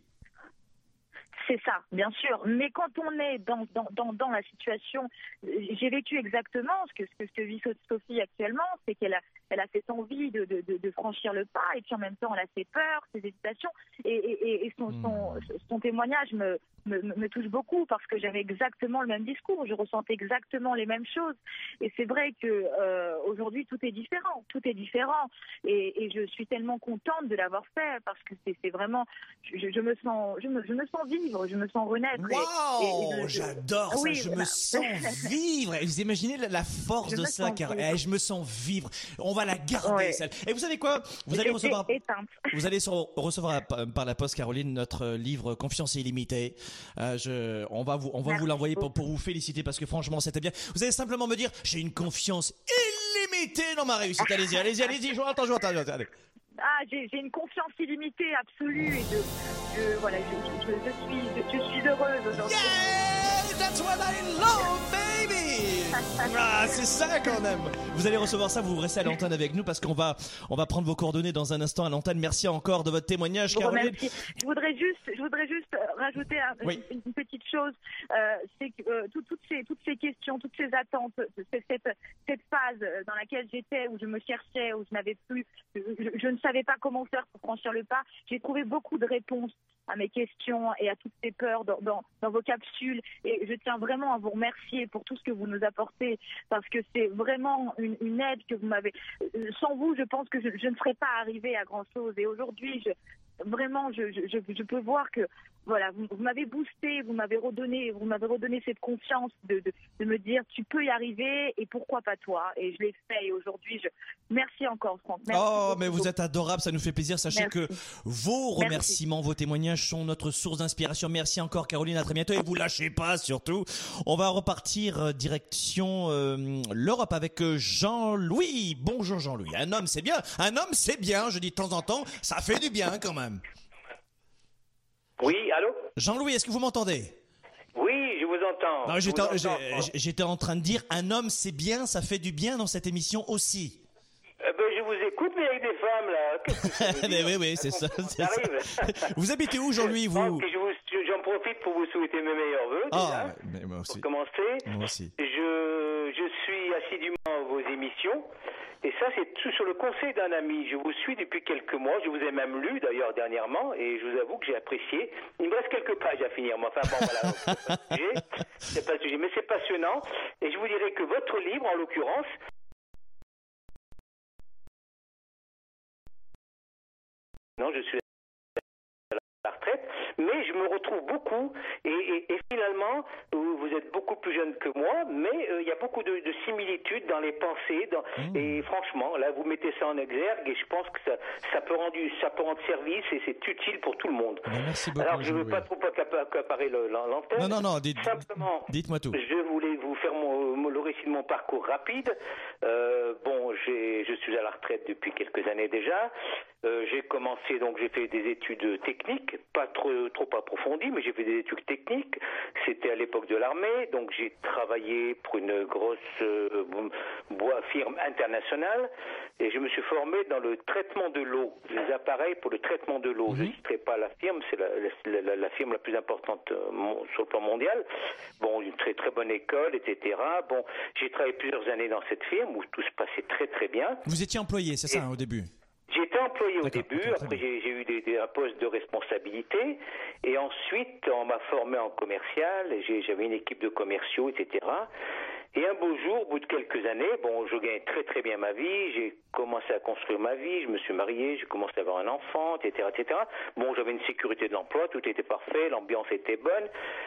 C'est ça, bien sûr. Mais quand on est dans, dans, dans, dans la situation, j'ai vécu exactement ce que, ce que, ce que vit Sophie actuellement, c'est qu'elle a, elle a cette envie de, de, de, de franchir le pas, et puis en même temps, elle a ses peurs, ses hésitations, et, et, et son, mmh. son, son témoignage me, me, me touche beaucoup, parce que j'avais exactement le même discours, je ressentais exactement les mêmes choses. Et c'est vrai que euh, aujourd'hui, tout est différent, tout est différent, et, et je suis tellement contente de l'avoir fait, parce que c'est, c'est vraiment, je, je me sens, je me, je me sens vivre. Je me sens renaître. Wow, et, et je, j'adore ça. Oui, je voilà. me sens vivre. Et vous imaginez la, la force je de ça, car eh, je me sens vivre. On va la garder. Ouais. Celle. Et vous savez quoi? Vous allez recevoir. Vous allez recevoir par la poste, Caroline, notre livre Confiance illimitée. Euh, je, on va vous, on va Merci vous l'envoyer pour, pour vous féliciter, parce que franchement, c'était bien. Vous allez simplement me dire, j'ai une confiance illimitée dans ma réussite. Allez-y, allez-y, allez-y. Je vous attends, je vous attends. Allez. Ah, j'ai, j'ai une confiance illimitée absolue et de, je, voilà, je, je, je, suis, je, je suis heureuse aujourd'hui. Yeah, that's what I love, baby. Ah, c'est ça qu'on aime. Vous allez recevoir ça, vous restez à l'antenne avec nous, parce qu'on va, on va prendre vos coordonnées dans un instant à l'antenne. Merci encore de votre témoignage, je Caroline. Remercie. Je voudrais juste, je voudrais juste rajouter un, oui. une, une petite chose. Euh, c'est que euh, tout, toutes ces, toutes ces questions, toutes ces attentes, cette, cette, cette phase dans laquelle j'étais, où je me cherchais, où je n'avais plus, je, je, je ne savais pas comment faire pour franchir le pas. J'ai trouvé beaucoup de réponses à mes questions et à toutes ces peurs dans, dans, dans vos capsules, et je tiens vraiment à vous remercier pour tout ce que vous nous apportez, parce que c'est vraiment une, une aide que vous m'avez. Sans vous, je pense que je, je ne serais pas arrivée à grand chose, et aujourd'hui, je, vraiment, je, je, je peux voir que voilà, vous, vous m'avez boosté, vous m'avez redonné, vous m'avez redonné cette confiance de, de, de me dire tu peux y arriver et pourquoi pas toi. Et je l'ai fait, et aujourd'hui, je merci encore, Franck. Merci oh, beaucoup. Mais vous êtes adorable, ça nous fait plaisir. Sachez Merci. que vos remerciements, Merci. vos témoignages sont notre source d'inspiration. Merci encore, Caroline, à très bientôt, et vous lâchez pas surtout. On va repartir direction euh, l'Europe avec Jean-Louis. Bonjour Jean-Louis. Un homme, c'est bien. Un homme, c'est bien. Je dis de temps en temps, ça fait du bien quand même. Oui, allô? Jean-Louis, est-ce que vous m'entendez? Oui, je vous entends. Non, j'étais, je vous entends. j'étais en train de dire, un homme, c'est bien, ça fait du bien dans cette émission aussi. Eh ben, je vous écoute, mais avec des femmes, là. Qu'est-ce que mais oui, oui, c'est ça. C'est ça. Vous habitez où, Jean-Louis, vous? Donc, je vous, j'en profite pour vous souhaiter mes meilleurs vœux. Ah, déjà, mais moi aussi. Pour commencer. Moi aussi. Je, je suis assidûment à vos émissions. Et ça, c'est tout sur le conseil d'un ami. Je vous suis depuis quelques mois. Je vous ai même lu, d'ailleurs, dernièrement. Et je vous avoue que j'ai apprécié. Il me reste quelques pages à finir. Mais enfin, bon, voilà. C'est pas le sujet. C'est pas le sujet. Mais c'est passionnant. Et je vous dirais que votre livre, en l'occurrence, non, je suis à la retraite, mais je me retrouve beaucoup, et, et, et finalement, vous êtes beaucoup plus jeune que moi, mais euh, il y a beaucoup de, de similitudes dans les pensées, dans, mmh. et franchement, là, vous mettez ça en exergue, et je pense que ça, ça, peut, rendre, ça peut rendre service, et c'est utile pour tout le monde. Merci beaucoup. Alors, je ne veux pas trop accaparer l'antenne. Non, non, non, dites, simplement, dites-moi tout. Je voulais vous faire mon, le récit de mon parcours rapide. Euh, bon, j'ai, je suis à la retraite depuis quelques années déjà. Euh, j'ai commencé, donc j'ai fait des études techniques, pas trop, trop approfondies, mais j'ai fait des études techniques. C'était à l'époque de l'armée, donc j'ai travaillé pour une grosse euh, bois, firme internationale, et je me suis formé dans le traitement de l'eau, les appareils pour le traitement de l'eau. Mm-hmm. Je ne citerai pas la firme, c'est la, la, la, la firme la plus importante euh, sur le plan mondial. Bon, une très très bonne école, et cetera. Bon, j'ai travaillé plusieurs années dans cette firme où tout se passait très très bien. Vous étiez employé, c'est ça, hein, au début? J'étais employé au D'accord, début, okay, après j'ai, j'ai eu des, des, un poste de responsabilité, et ensuite on m'a formé en commercial, et j'ai, j'avais une équipe de commerciaux, et cetera. Et un beau jour, au bout de quelques années, bon, je gagnais très très bien ma vie, j'ai commencé à construire ma vie, je me suis marié, j'ai commencé à avoir un enfant, et cetera, et cetera. Bon, j'avais une sécurité de l'emploi, tout était parfait, l'ambiance était bonne.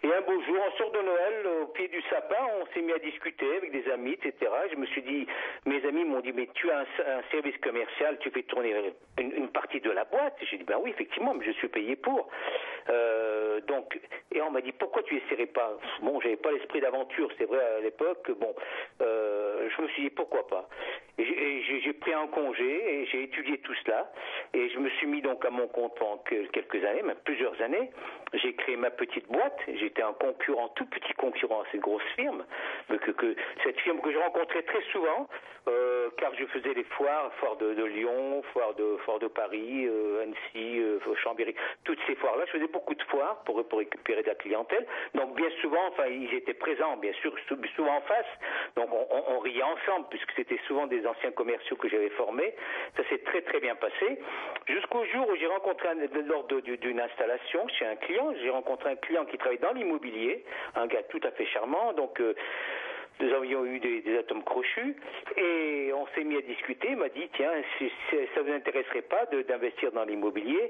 Et un beau jour, on sort de Noël, au pied du sapin, on s'est mis à discuter avec des amis, et cetera. Je me suis dit, mes amis m'ont dit, mais tu as un, un service commercial, tu fais tourner une, une partie de la boîte. J'ai dit, ben oui, effectivement, mais je suis payé pour. Euh, donc, et on m'a dit, pourquoi tu essaierais pas? Bon, j'avais pas l'esprit d'aventure, c'est vrai à l'époque. Bon, euh, je me suis dit, pourquoi pas? Et j'ai, j'ai, j'ai pris un congé et j'ai étudié tout cela. Et je me suis mis donc à mon compte pendant quelques années, même plusieurs années. J'ai créé ma petite boîte. J'étais un concurrent, tout petit concurrent à cette grosse firme, que, que cette firme que je rencontrais très souvent, euh, car je faisais les foires, foire de, de Lyon, foire de, foire de Paris, euh, Annecy, euh, Chambéry, toutes ces foires-là. Je faisais beaucoup de foires pour, pour récupérer de la clientèle. Donc bien souvent, enfin, ils étaient présents, bien sûr, souvent en face. Donc on, on, on riait ensemble, puisque c'était souvent des anciens commerciaux que j'avais formés. Ça s'est très très bien passé. Jusqu'au jour où j'ai rencontré, un, lors de, d'une installation chez un client, j'ai rencontré un client qui travaille dans l'immobilier, un gars tout à fait charmant, donc euh, nous avions eu des, des atomes crochus et on s'est mis à discuter. Il m'a dit, tiens, si, si ça vous intéresserait pas de, d'investir dans l'immobilier?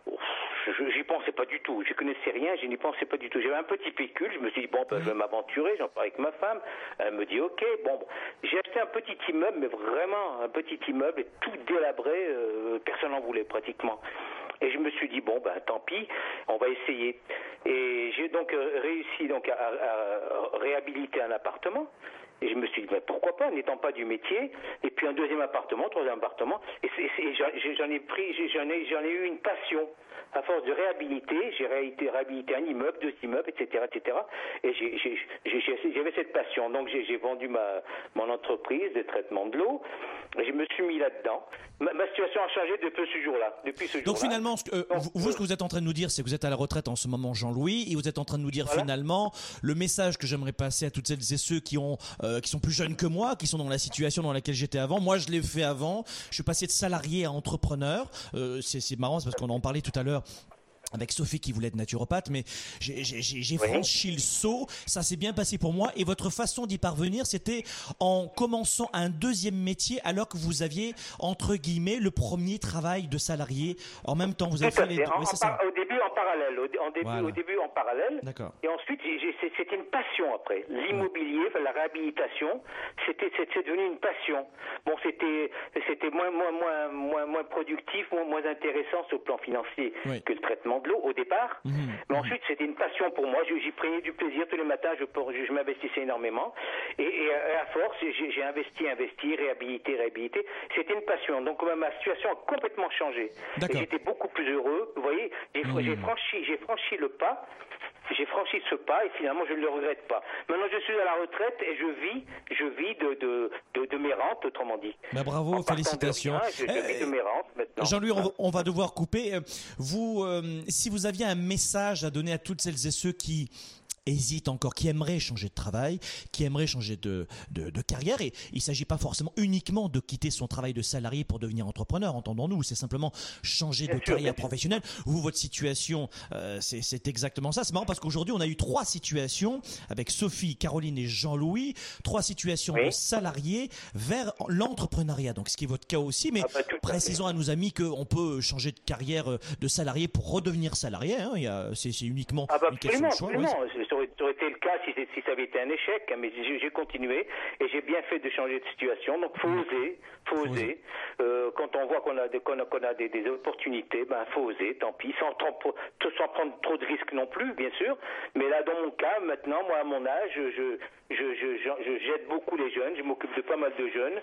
Je, j'y pensais pas du tout, je connaissais rien, je n'y pensais pas du tout. J'avais un petit pécule, je me suis dit, bon, ben, je vais m'aventurer, j'en parle avec ma femme. Elle me dit, ok, bon, bon. J'ai acheté un petit immeuble, mais vraiment un petit immeuble, et tout délabré, euh, personne n'en voulait pratiquement. Et je me suis dit, bon, ben tant pis, on va essayer. Et j'ai donc euh, réussi donc à, à, à réhabiliter un appartement. Et je me suis dit, ben, pourquoi pas, n'étant pas du métier. Et puis un deuxième appartement, troisième appartement. Et c'est, c'est, j'en, j'en ai pris, j'en ai, j'en ai eu une passion. À force de réhabiliter, j'ai réhabilité, réhabilité un immeuble, deux immeubles, et cetera, et cetera. Et j'ai, j'ai, j'ai, j'avais cette passion. Donc j'ai, j'ai vendu ma, mon entreprise de traitement de l'eau. Et je me suis mis là-dedans. Ma, ma situation a changé depuis ce jour-là. Depuis ce jour-là. Donc finalement, ce que, euh, Donc, vous, ce que vous êtes en train de nous dire, c'est que vous êtes à la retraite en ce moment, Jean-Louis, et vous êtes en train de nous dire voilà. Finalement, le message que j'aimerais passer à toutes celles et ceux qui ont, euh, qui sont plus jeunes que moi, qui sont dans la situation dans laquelle j'étais avant. Moi, je l'ai fait avant. Je suis passé de salarié à entrepreneur. Euh, c'est, c'est marrant, c'est parce qu'on en parlait tout à l'heure avec Sophie qui voulait être naturopathe, mais j'ai, j'ai, j'ai oui. franchi le saut, ça s'est bien passé pour moi, et votre façon d'y parvenir, c'était en commençant un deuxième métier alors que vous aviez, entre guillemets, le premier travail de salarié en même temps. Vous avez Tout fait les deux. En, oui, c'est par, ça. Au début en parallèle, au, en début, voilà. au début en parallèle, D'accord. Et ensuite j'ai, j'ai, c'était une passion après. L'immobilier, ouais. La réhabilitation, c'était, c'était devenu une passion. Bon, c'était, c'était moins, moins, moins, moins, moins productif, moins, moins intéressant sur le plan financier oui. que le traitement de l'eau au départ. Mmh, mais mmh. ensuite, c'était une passion pour moi. J'y prenais du plaisir tous les matins. Je, je, je m'investissais énormément. Et, et à force, j'ai, j'ai investi, investi, réhabilité, réhabilité. C'était une passion. Donc, ma situation a complètement changé. D'accord. Et j'étais beaucoup plus heureux. Vous voyez, j'ai, mmh. j'ai, franchi, j'ai franchi le pas. J'ai franchi ce pas et finalement je ne le regrette pas. Maintenant je suis à la retraite et je vis, je vis de, de, de, de mes rentes, autrement dit. Bah bravo, félicitations. Rien, je, je euh, vis de mes rentes maintenant. Jean-Louis, on, on va devoir couper. Vous, euh, si vous aviez un message à donner à toutes celles et ceux qui hésitent encore, qui aimeraient changer de travail, qui aimeraient changer de, de, de carrière, et il ne s'agit pas forcément uniquement de quitter son travail de salarié pour devenir entrepreneur, entendons-nous, c'est simplement changer bien de sûr, carrière professionnelle. Vous, votre situation, euh, c'est, c'est exactement ça. C'est marrant parce qu'aujourd'hui, on a eu trois situations avec Sophie, Caroline et Jean-Louis, trois situations oui. de salariés vers l'entrepreneuriat. Donc, ce qui est votre cas aussi, mais ah bah, précisons à, à nos amis qu'on peut changer de carrière de salarié pour redevenir salarié. Hein. Il y a, c'est, c'est uniquement ah bah, une question de choix. Ouais, ça aurait été le cas si, si ça avait été un échec, hein, mais j'ai, j'ai continué et j'ai bien fait de changer de situation. Donc faut oser, faut, faut oser. Euh, quand on voit qu'on a des, qu'on a, qu'on a des, des opportunités, ben faut oser, tant pis, sans, sans prendre trop de risques non plus, bien sûr. Mais là, dans mon cas, maintenant, moi à mon âge, je, je, je, je, je, je j'aide beaucoup les jeunes, je m'occupe de pas mal de jeunes.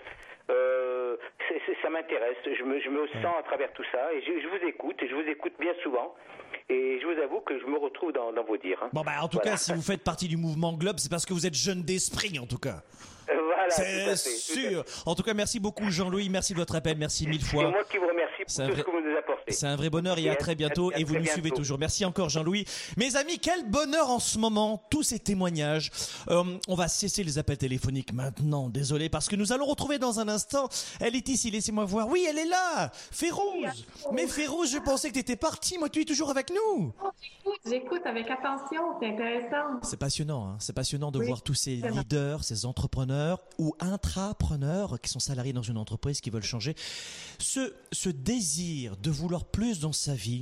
Euh, c'est, c'est, ça m'intéresse, je me, je me sens à travers tout ça et je, je vous écoute, et je vous écoute bien souvent. Et je vous avoue que je me retrouve dans, dans vos dires. Hein. Bon, bah, en tout voilà. cas, si vous faites partie du mouvement Globe, c'est parce que vous êtes jeune d'esprit, en tout cas. Voilà, c'est fait, sûr. En tout cas, merci beaucoup, Jean-Louis. Merci de votre appel. Merci mille fois. C'est moi qui vous remercie pour c'est tout vrai... ce que vous nous apportez. C'est un vrai bonheur et, et à, à très bientôt. À, à, à et vous nous bientôt. Suivez toujours. Merci encore, Jean-Louis. Mes amis, quel bonheur en ce moment. Tous ces témoignages. Euh, on va cesser les appels téléphoniques maintenant. Désolé, parce que nous allons retrouver dans un instant. Elle est ici. Laissez-moi voir. Oui, elle est là. Férouz. Mais Férouz, je pensais que tu étais partie. Moi, tu es toujours avec nous. J'écoute avec attention. C'est intéressant. C'est passionnant. Hein. C'est passionnant de oui, voir tous ces leaders, ces entrepreneurs ou intrapreneurs qui sont salariés dans une entreprise qui veulent changer. Ce, ce désir de vouloir plus dans sa vie,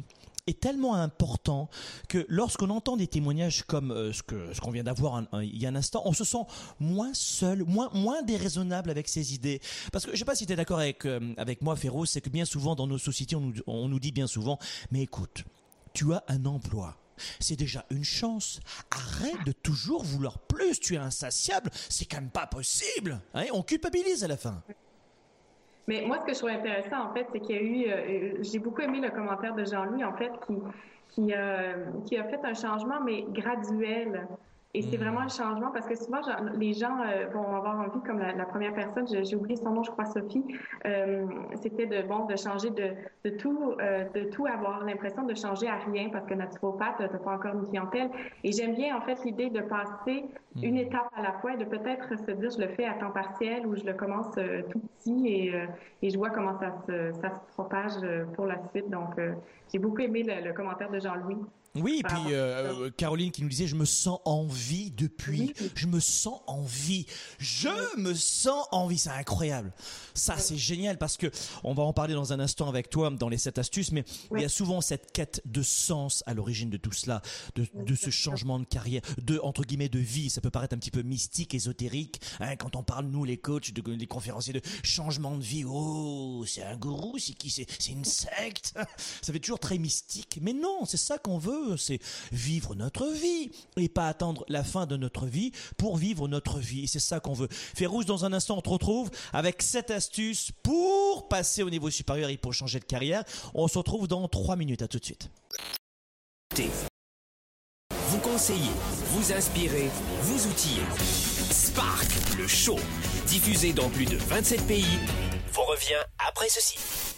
est tellement important que lorsqu'on entend des témoignages comme euh, ce que ce qu'on vient d'avoir un, un, il y a un instant, on se sent moins seul, moins moins déraisonnable avec ses idées. Parce que je sais pas si tu es d'accord avec euh, avec moi, Féroce, c'est que bien souvent dans nos sociétés, on nous on nous dit bien souvent, mais écoute, tu as un emploi. C'est déjà une chance. Arrête de toujours vouloir plus. Tu es insatiable. C'est quand même pas possible. Hein, on culpabilise à la fin. Mais moi, ce que je trouve intéressant, en fait, c'est qu'il y a eu... Euh, j'ai beaucoup aimé le commentaire de Jean-Louis, en fait, qui, qui, euh, qui a fait un changement, mais graduel. Et c'est vraiment un changement parce que souvent, genre, les gens euh, vont avoir envie, comme la, la première personne, j'ai, j'ai oublié son nom, je crois Sophie, euh, c'était de bon de changer de, de tout, euh, de tout avoir l'impression de changer à rien parce que naturopathe, t'as pas encore une clientèle. Et j'aime bien en fait l'idée de passer une étape à la fois et de peut-être se dire je le fais à temps partiel ou je le commence euh, tout petit et, euh, et je vois comment ça se, ça se propage euh, pour la suite. Donc euh, j'ai beaucoup aimé le, le commentaire de Jean-Louis. Oui, et puis euh, Caroline qui nous disait je me sens en vie depuis, oui. je me sens en vie, je oui. me sens en vie, c'est incroyable. Ça oui. c'est génial parce que on va en parler dans un instant avec toi dans les sept astuces, mais oui. il y a souvent cette quête de sens à l'origine de tout cela, de, de ce changement de carrière, de entre guillemets de vie. Ça peut paraître un petit peu mystique, ésotérique, hein, quand on parle nous les coachs, de, les conférenciers de changement de vie. Oh, c'est un gourou, c'est qui, c'est, c'est une secte. Ça fait toujours très mystique, mais non, c'est ça qu'on veut. C'est vivre notre vie et pas attendre la fin de notre vie pour vivre notre vie. Et c'est ça qu'on veut. Féroce, dans un instant, on te retrouve avec sept astuces pour passer au niveau supérieur et pour changer de carrière. On se retrouve dans trois minutes. À tout de suite. Vous conseillez, vous inspirez, vous outillez. Spark, le show, diffusé dans plus de vingt-sept pays, vous revient après ceci.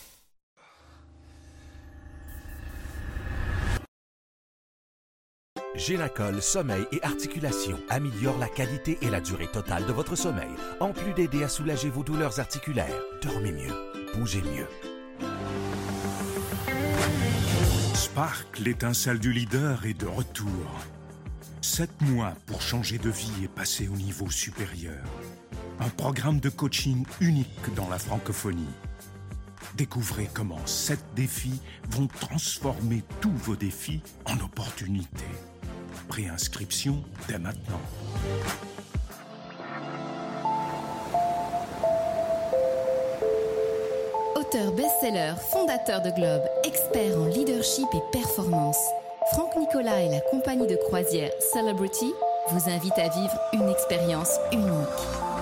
Génacol Sommeil et Articulations améliore la qualité et la durée totale de votre sommeil, en plus d'aider à soulager vos douleurs articulaires. Dormez mieux, bougez mieux. Spark, l'étincelle du leader, est de retour. Sept mois pour changer de vie et passer au niveau supérieur. Un programme de coaching unique dans la francophonie. Découvrez comment sept défis vont transformer tous vos défis en opportunités. Préinscription dès maintenant. Auteur best-seller, fondateur de Globe, expert en leadership et performance, Franck Nicolas et la compagnie de croisière Celebrity vous invitent à vivre une expérience unique.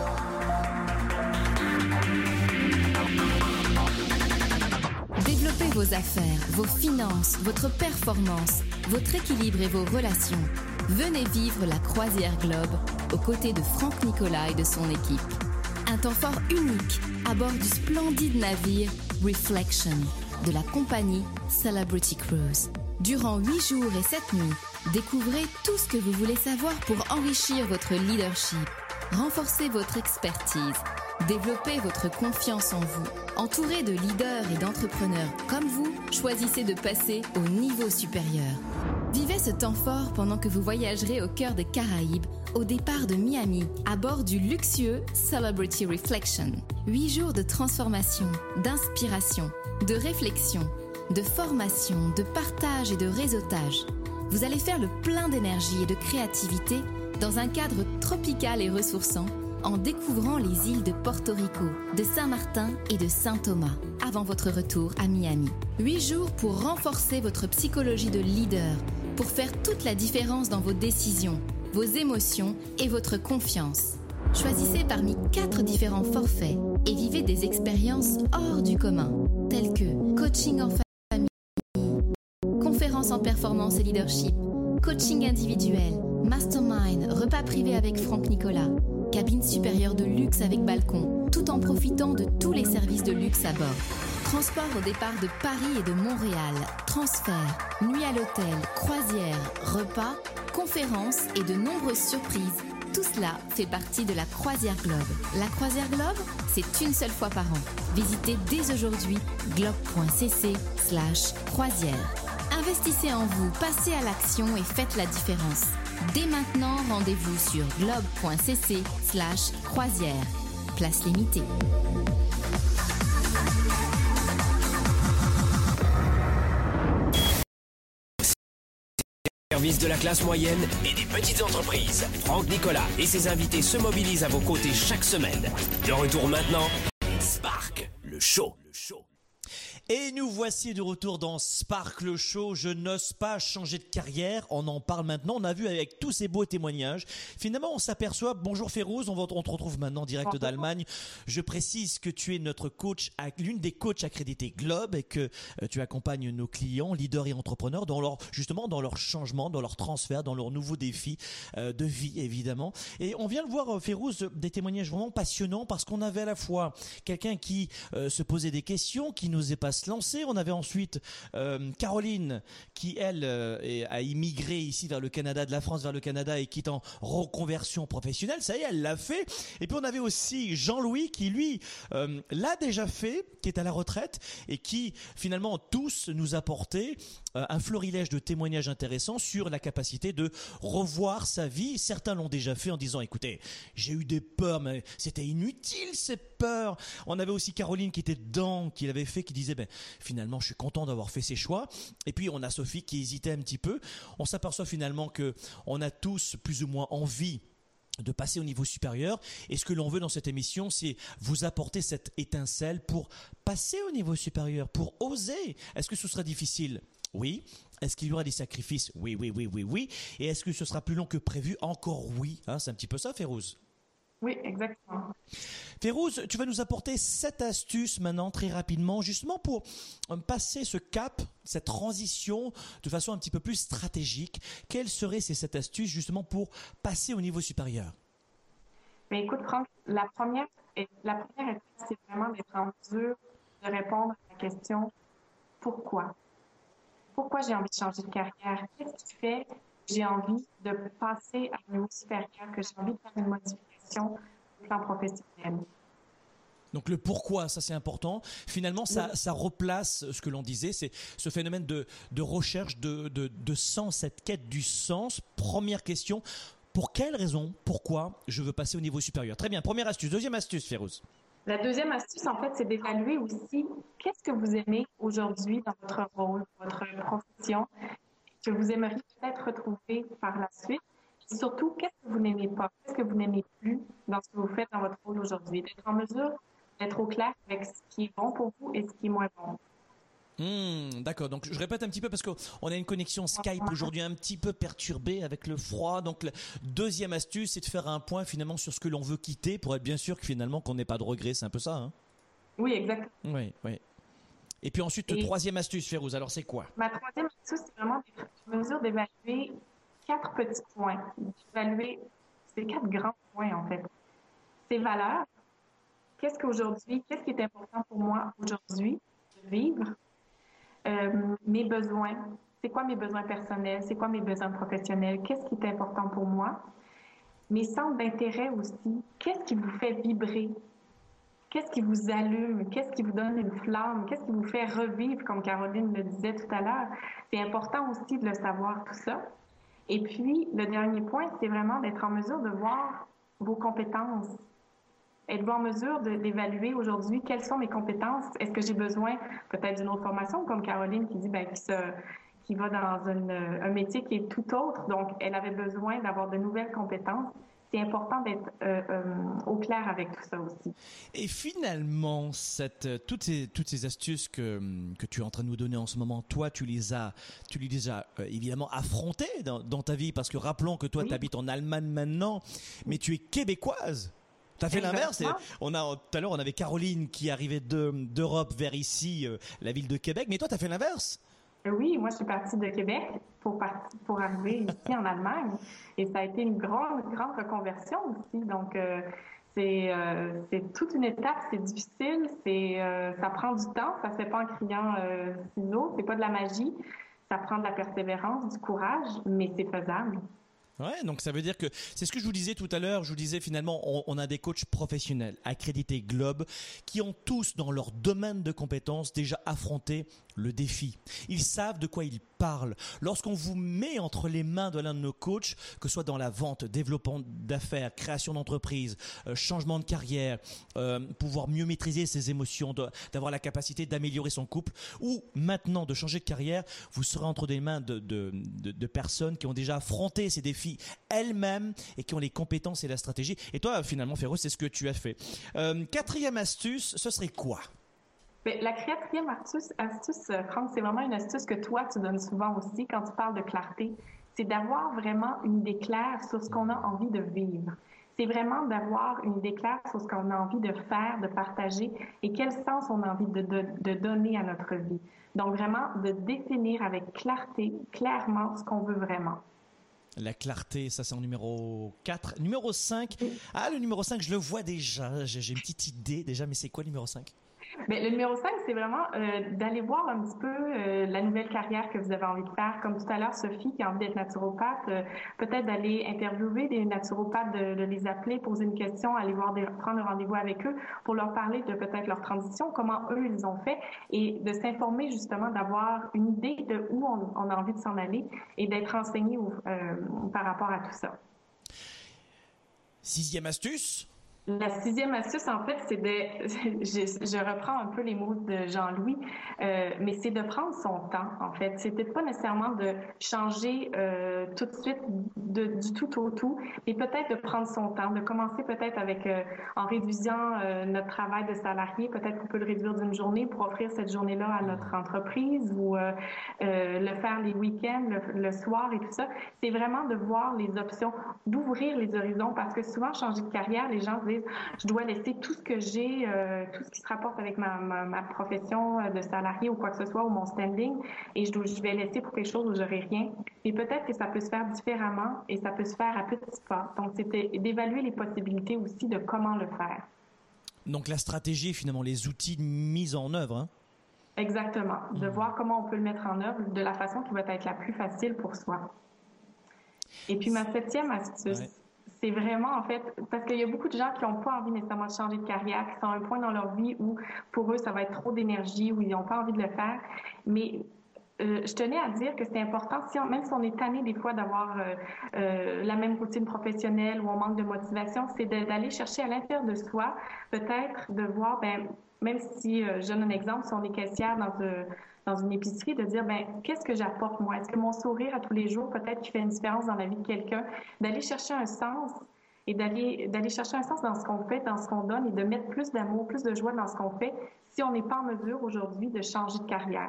Développez vos affaires, vos finances, votre performance, votre équilibre et vos relations. Venez vivre la croisière Globe aux côtés de Franck Nicolas et de son équipe. Un temps fort unique à bord du splendide navire Reflection de la compagnie Celebrity Cruise. Durant huit jours et sept nuits, découvrez tout ce que vous voulez savoir pour enrichir votre leadership, renforcer votre expertise, développer votre confiance en vous. Entouré de leaders et d'entrepreneurs comme vous, choisissez de passer au niveau supérieur. Vivez ce temps fort pendant que vous voyagerez au cœur des Caraïbes, au départ de Miami, à bord du luxueux Celebrity Reflection. Huit jours de transformation, d'inspiration, de réflexion, de formation, de partage et de réseautage. Vous allez faire le plein d'énergie et de créativité dans un cadre tropical et ressourçant, en découvrant les îles de Porto Rico, de Saint-Martin et de Saint-Thomas, avant votre retour à Miami. Huit jours pour renforcer votre psychologie de leader, pour faire toute la différence dans vos décisions, vos émotions et votre confiance. Choisissez parmi quatre différents forfaits et vivez des expériences hors du commun, telles que coaching en famille, conférences en performance et leadership, coaching individuel, mastermind, repas privé avec Franck Nicolas, cabine supérieure de luxe avec balcon, tout en profitant de tous les services de luxe à bord. Transport au départ de Paris et de Montréal, transfert, nuit à l'hôtel, croisière, repas, conférences et de nombreuses surprises. Tout cela fait partie de la Croisière Globe. La Croisière Globe, c'est une seule fois par an. Visitez dès aujourd'hui globe.cc slash croisière. Investissez en vous, passez à l'action et faites la différence. Dès maintenant, rendez-vous sur globe.cc slash croisière. Place limitée. service de la classe moyenne et des petites entreprises. Franck Nicolas et ses invités se mobilisent à vos côtés chaque semaine. De retour maintenant, Spark, le show. Le show. Et nous voici de retour dans Spark le Show. Je n'ose pas changer de carrière. On en parle maintenant. On a vu avec tous ces beaux témoignages. Finalement, on s'aperçoit. Bonjour Férouz, on, va, on te retrouve maintenant direct d'Allemagne. Je précise que tu es notre coach, l'une des coachs accrédités Globe et que euh, tu accompagnes nos clients, leaders et entrepreneurs dans leur, justement dans leur changement, dans leur transfert, dans leurs nouveaux défis euh, de vie évidemment. Et on vient de voir Férouz des témoignages vraiment passionnants parce qu'on avait à la fois quelqu'un qui euh, se posait des questions, qui n'osait pas se lancer. On avait ensuite euh, Caroline qui elle euh, est, a immigré ici vers le Canada, de la France vers le Canada et qui est en reconversion professionnelle. Ça y est, elle l'a fait. Et puis on avait aussi Jean-Louis qui lui euh, l'a déjà fait, qui est à la retraite et qui finalement tous nous apportait euh, un florilège de témoignages intéressants sur la capacité de revoir sa vie. Certains l'ont déjà fait en disant écoutez, j'ai eu des peurs mais c'était inutile ces peurs. On avait aussi Caroline qui était dedans, qui l'avait fait, qui disait ben finalement je suis content d'avoir fait ces choix. Et puis on a Sophie qui hésitait un petit peu. On s'aperçoit finalement que on a tous plus ou moins envie de passer au niveau supérieur. Et ce que l'on veut dans cette émission, c'est vous apporter cette étincelle pour passer au niveau supérieur, pour oser. Est-ce que ce sera difficile ? Oui. Est-ce qu'il y aura des sacrifices ? Oui, oui, oui, oui, oui. Et est-ce que ce sera plus long que prévu ? Encore oui. Hein, c'est un petit peu ça, Férouz ? Oui, exactement. Férouz, tu vas nous apporter sept astuces maintenant très rapidement, justement pour passer ce cap, cette transition de façon un petit peu plus stratégique. Quelles seraient ces sept astuces justement pour passer au niveau supérieur ? Mais écoute, Franck, la première, la première étape, c'est vraiment d'être en mesure de répondre à la question « Pourquoi ?» Pourquoi j'ai envie de changer de carrière? Qu'est-ce qui fait que j'ai envie de passer à un niveau supérieur, que j'ai envie de faire une modification au plan professionnel? Donc le pourquoi, ça c'est important. Finalement, ça, oui. ça replace ce que l'on disait, c'est ce phénomène de, de recherche de, de, de sens, cette quête du sens. Première question, pour quelle raison, pourquoi je veux passer au niveau supérieur? Très bien, première astuce. Deuxième astuce, Férouz. La deuxième astuce, en fait, c'est d'évaluer aussi qu'est-ce que vous aimez aujourd'hui dans votre rôle, votre profession, que vous aimeriez peut-être retrouver par la suite. Et surtout, qu'est-ce que vous n'aimez pas, qu'est-ce que vous n'aimez plus dans ce que vous faites dans votre rôle aujourd'hui. D'être en mesure d'être au clair avec ce qui est bon pour vous et ce qui est moins bon. Mmh, d'accord, donc je répète un petit peu parce qu'on a une connexion Skype aujourd'hui un petit peu perturbée avec le froid. Donc la deuxième astuce, c'est de faire un point finalement sur ce que l'on veut quitter pour être bien sûr que finalement qu'on n'ait pas de regrets, c'est un peu ça, hein? Oui, exactement. Oui, oui. Et puis ensuite, et troisième astuce, Férouz, alors c'est quoi? Ma troisième astuce, c'est vraiment d'être en mesure d'évaluer quatre petits points, d'évaluer ces quatre grands points en fait. Ces valeurs, qu'est-ce qu'aujourd'hui, qu'est-ce qui est important pour moi aujourd'hui de vivre? Euh, mes besoins, c'est quoi mes besoins personnels, c'est quoi mes besoins professionnels, qu'est-ce qui est important pour moi, mes centres d'intérêt aussi, qu'est-ce qui vous fait vibrer, qu'est-ce qui vous allume, qu'est-ce qui vous donne une flamme, qu'est-ce qui vous fait revivre, comme Caroline le disait tout à l'heure. C'est important aussi de le savoir tout ça. Et puis, le dernier point, c'est vraiment d'être en mesure de voir vos compétences. Êtes-vous en mesure de, d'évaluer aujourd'hui quelles sont mes compétences? Est-ce que j'ai besoin peut-être d'une autre formation, comme Caroline qui dit ben, qui, se, qui va dans une, un métier qui est tout autre, donc elle avait besoin d'avoir de nouvelles compétences. C'est important d'être euh, euh, au clair avec tout ça aussi. Et finalement, cette, toutes, ces, toutes ces astuces que, que tu es en train de nous donner en ce moment, toi, tu les as, tu les as euh, évidemment affrontées dans, dans ta vie, parce que rappelons que toi, oui. tu habites en Allemagne maintenant, mais tu es québécoise. Tu as fait l'inverse. On a, tout à l'heure, on avait Caroline qui arrivait de, d'Europe vers ici, euh, la ville de Québec. Mais toi, tu as fait l'inverse. Oui, moi, je suis partie de Québec pour, partir, pour arriver ici en Allemagne. Et ça a été une grande, grande reconversion aussi. Donc, euh, c'est, euh, c'est toute une étape. C'est difficile. C'est, euh, ça prend du temps. Ça ne se fait pas en criant euh, ciseaux. C'est pas de la magie. Ça prend de la persévérance, du courage, mais c'est faisable. Ouais, donc ça veut dire que c'est ce que je vous disais tout à l'heure. Je vous disais finalement, on, on a des coachs professionnels accrédités Globe qui ont tous dans leur domaine de compétences déjà affronté le défi. Ils savent de quoi ils parlent. Lorsqu'on vous met entre les mains de l'un de nos coachs, que ce soit dans la vente, développement d'affaires, création d'entreprise, euh, changement de carrière, euh, pouvoir mieux maîtriser ses émotions, de, d'avoir la capacité d'améliorer son couple, ou maintenant de changer de carrière, vous serez entre les mains de, de, de, de personnes qui ont déjà affronté ces défis elles-mêmes et qui ont les compétences et la stratégie. Et toi, finalement, Férouz, c'est ce que tu as fait. Euh, quatrième astuce, ce serait quoi? Bien, la quatrième astuce, astuce, Franck, c'est vraiment une astuce que toi, tu donnes souvent aussi quand tu parles de clarté. C'est d'avoir vraiment une idée claire sur ce qu'on a envie de vivre. C'est vraiment d'avoir une idée claire sur ce qu'on a envie de faire, de partager et quel sens on a envie de, de, de donner à notre vie. Donc, vraiment, de définir avec clarté, clairement, ce qu'on veut vraiment. La clarté, ça c'est en numéro quatre. Numéro cinq, ah le numéro cinq, je le vois déjà, j'ai, j'ai une petite idée déjà, mais c'est quoi le numéro cinq? Bien, le numéro cinq, c'est vraiment euh, d'aller voir un petit peu euh, la nouvelle carrière que vous avez envie de faire. Comme tout à l'heure, Sophie qui a envie d'être naturopathe, euh, peut-être d'aller interviewer des naturopathes, de, de les appeler, poser une question, aller voir des, prendre un rendez-vous avec eux pour leur parler de peut-être leur transition, comment eux ils ont fait et de s'informer justement, d'avoir une idée de où on, on a envie de s'en aller et d'être renseigné euh, par rapport à tout ça. Sixième astuce. La sixième astuce, en fait, c'est de, je, je reprends un peu les mots de Jean-Louis, euh, mais c'est de prendre son temps, en fait. C'est peut-être pas nécessairement de changer euh, tout de suite de, du tout au tout, mais peut-être de prendre son temps, de commencer peut-être avec, euh, en réduisant euh, notre travail de salarié, peut-être qu'on peut le réduire d'une journée pour offrir cette journée-là à notre entreprise ou euh, euh, le faire les week-ends, le, le soir et tout ça. C'est vraiment de voir les options, d'ouvrir les horizons, parce que souvent, changer de carrière, les gens se je dois laisser tout ce que j'ai, euh, tout ce qui se rapporte avec ma, ma, ma profession de salarié ou quoi que ce soit, ou mon standing, et je, dois, je vais laisser pour quelque chose où j'aurai rien. Mais peut-être que ça peut se faire différemment et ça peut se faire à petits pas. Donc, c'était d'évaluer les possibilités aussi de comment le faire. Donc, la stratégie, finalement, les outils mis en œuvre, hein? Exactement. De mmh. voir comment on peut le mettre en œuvre de la façon qui va être la plus facile pour soi. Et puis, ma septième astuce, ouais. C'est vraiment, en fait, parce qu'il y a beaucoup de gens qui n'ont pas envie nécessairement de changer de carrière, qui sont à un point dans leur vie où, pour eux, ça va être trop d'énergie, où ils n'ont pas envie de le faire. Mais euh, je tenais à dire que c'est important, si on, même si on est tanné des fois d'avoir euh, euh, la même routine professionnelle ou on manque de motivation, c'est de, d'aller chercher à l'intérieur de soi, peut-être de voir, ben, même si, euh, je donne un exemple, si on est caissière dans un... dans une épicerie, de dire, ben qu'est-ce que j'apporte moi? Est-ce que mon sourire à tous les jours, peut-être, qui fait une différence dans la vie de quelqu'un? D'aller chercher un sens et d'aller d'aller chercher un sens dans ce qu'on fait, dans ce qu'on donne et de mettre plus d'amour, plus de joie dans ce qu'on fait si on n'est pas en mesure aujourd'hui de changer de carrière.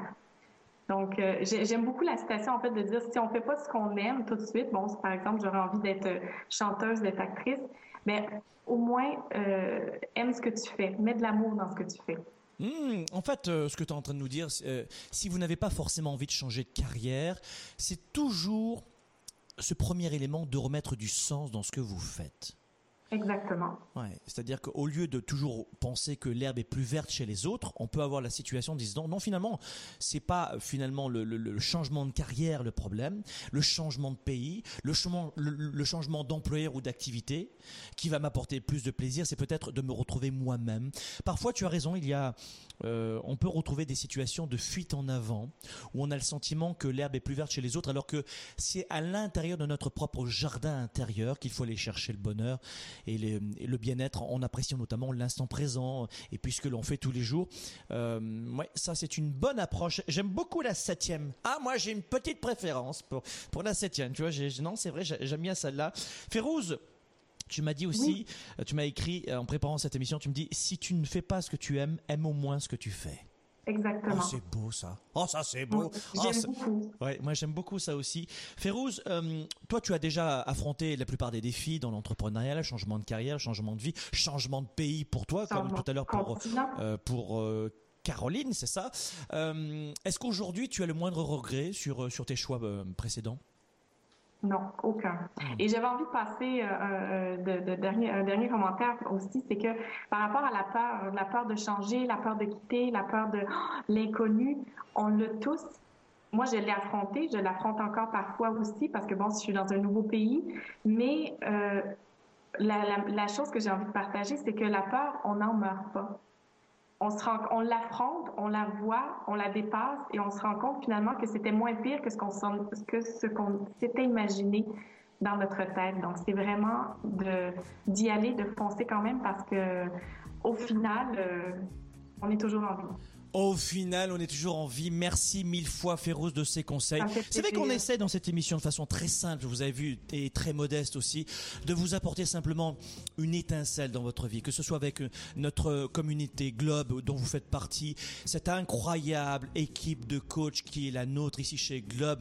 Donc, euh, j'aime beaucoup la citation, en fait, de dire, si on fait pas ce qu'on aime tout de suite, bon, si par exemple, j'aurais envie d'être chanteuse, d'être actrice, ben au moins, euh, aime ce que tu fais, mets de l'amour dans ce que tu fais. Mmh, en fait, euh, ce que tu es en train de nous dire, euh, si vous n'avez pas forcément envie de changer de carrière, c'est toujours ce premier élément de remettre du sens dans ce que vous faites. Exactement. Ouais, c'est-à-dire qu'au lieu de toujours penser que l'herbe est plus verte chez les autres, on peut avoir la situation en disant non, finalement, c'est pas finalement le, le, le changement de carrière le problème, le changement de pays, le changement, le, le changement d'employeur ou d'activité qui va m'apporter plus de plaisir, c'est peut-être de me retrouver moi-même. Parfois, tu as raison, il y a, euh, on peut retrouver des situations de fuite en avant où on a le sentiment que l'herbe est plus verte chez les autres, alors que c'est à l'intérieur de notre propre jardin intérieur qu'il faut aller chercher le bonheur. Et, les, et le bien-être en appréciant notamment l'instant présent et puis ce que l'on fait tous les jours. Euh, ouais, ça c'est une bonne approche. J'aime beaucoup la septième. Ah, moi j'ai une petite préférence pour, pour la septième. Tu vois, j'ai, non, c'est vrai, j'aime bien celle-là. Férouz, tu m'as dit aussi, oui. Tu m'as écrit en préparant cette émission, tu me dis, si tu ne fais pas ce que tu aimes, aime au moins ce que tu fais. Exactement. Oh, c'est beau ça. Oh, ça c'est beau. J'aime oh, c'est... beaucoup. Ouais, moi j'aime beaucoup ça aussi. Férouz, euh, toi tu as déjà affronté la plupart des défis dans l'entrepreneuriat, le changement de carrière, changement de vie, changement de pays pour toi, changement comme tout à l'heure pour euh, pour euh, Caroline, c'est ça. Euh, est-ce qu'aujourd'hui tu as le moindre regret sur sur tes choix euh, précédents? Non, aucun. Et j'avais envie de passer euh, de, de dernier, un dernier commentaire aussi, c'est que par rapport à la peur, la peur de changer, la peur de quitter, la peur de oh, l'inconnu, on l'a tous. Moi, je l'ai affronté, je l'affronte encore parfois aussi parce que bon, je suis dans un nouveau pays, mais euh, la, la, la chose que j'ai envie de partager, c'est que la peur, on n'en meurt pas. on se rend, on l'affronte, on la voit, on la dépasse et on se rend compte finalement que c'était moins pire que ce qu'on, que ce qu'on s'était imaginé dans notre tête. Donc, c'est vraiment de, d'y aller, de foncer quand même parce que au final, euh, on est toujours en vie. Au final, on est toujours en vie. Merci mille fois, Férouz, de ces conseils. C'est vrai qu'on essaie dans cette émission de façon très simple, vous avez vu, et très modeste aussi, de vous apporter simplement une étincelle dans votre vie, que ce soit avec notre communauté Globe dont vous faites partie, cette incroyable équipe de coachs qui est la nôtre ici chez Globe.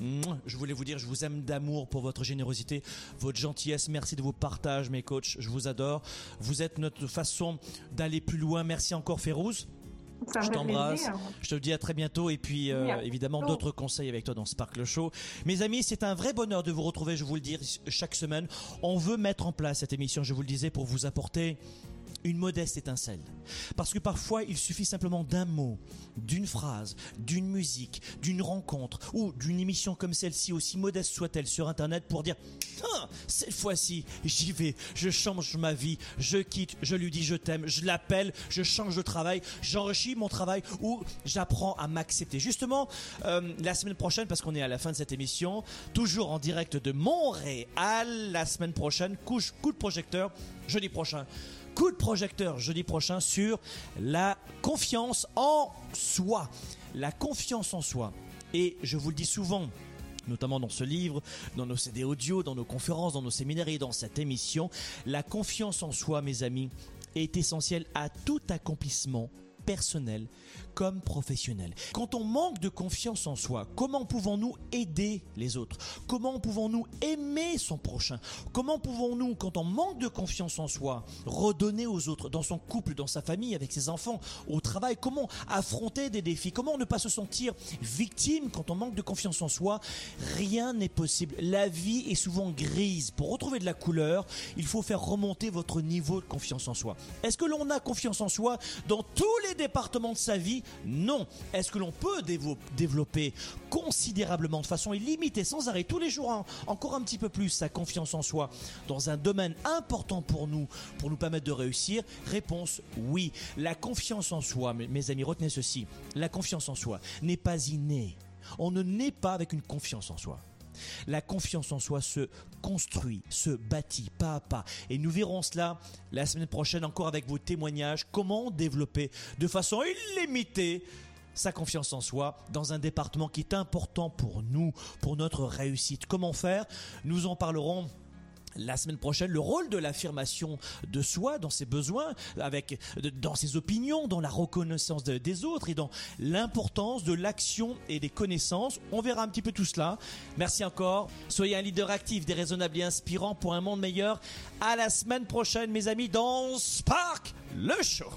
Je voulais vous dire, je vous aime d'amour pour votre générosité, votre gentillesse. Merci de vos partages, mes coachs. Je vous adore. Vous êtes notre façon d'aller plus loin. Merci encore, Férouz. Ça je t'embrasse, plaisir. Je te dis à très bientôt et puis euh, évidemment d'autres conseils avec toi dans Sparkle Show. Mes amis, c'est un vrai bonheur de vous retrouver, je vous le dis chaque semaine. On veut mettre en place cette émission, je vous le disais, pour vous apporter une modeste étincelle. Parce que parfois, il suffit simplement d'un mot, d'une phrase, d'une musique, d'une rencontre ou d'une émission comme celle-ci, aussi modeste soit-elle sur Internet, pour dire ah, cette fois-ci, j'y vais, je change ma vie, je quitte, je lui dis je t'aime, je l'appelle, je change de travail, j'enrichis mon travail ou j'apprends à m'accepter. Justement, euh, la semaine prochaine, parce qu'on est à la fin de cette émission, toujours en direct de Montréal, la semaine prochaine, coup, coup de projecteur, jeudi prochain. Coup de projecteur jeudi prochain sur la confiance en soi. La confiance en soi. Et je vous le dis souvent, notamment dans ce livre, dans nos C D audio, dans nos conférences, dans nos séminaires et dans cette émission, la confiance en soi, mes amis, est essentielle à tout accomplissement personnel comme professionnel. Quand on manque de confiance en soi, comment pouvons-nous aider les autres? Comment pouvons-nous aimer son prochain? Comment pouvons-nous, quand on manque de confiance en soi, redonner aux autres, dans son couple, dans sa famille, avec ses enfants, au travail? Comment affronter des défis? Comment ne pas se sentir victime quand on manque de confiance en soi? Rien n'est possible. La vie est souvent grise. Pour retrouver de la couleur, il faut faire remonter votre niveau de confiance en soi. Est-ce que l'on a confiance en soi dans tous les départements de sa vie? Non. Est-ce que l'on peut dévo- développer considérablement, de façon illimitée, sans arrêt, tous les jours, hein, encore un petit peu plus, sa confiance en soi dans un domaine important pour nous, pour nous permettre de réussir? Réponse oui. La confiance en soi, mes, mes amis, retenez ceci, la confiance en soi n'est pas innée. On ne naît pas avec une confiance en soi. La confiance en soi se construit, se bâtit pas à pas. Et nous verrons cela la semaine prochaine encore avec vos témoignages. Comment développer de façon illimitée sa confiance en soi dans un département qui est important pour nous, pour notre réussite. Comment faire? Nous en parlerons la semaine prochaine. Le rôle de l'affirmation de soi dans ses besoins, avec, dans ses opinions, dans la reconnaissance de, des autres et dans l'importance de l'action et des connaissances. On verra un petit peu tout cela. Merci encore. Soyez un leader actif, déraisonnable et inspirant pour un monde meilleur. À la semaine prochaine, mes amis, dans Spark, le show.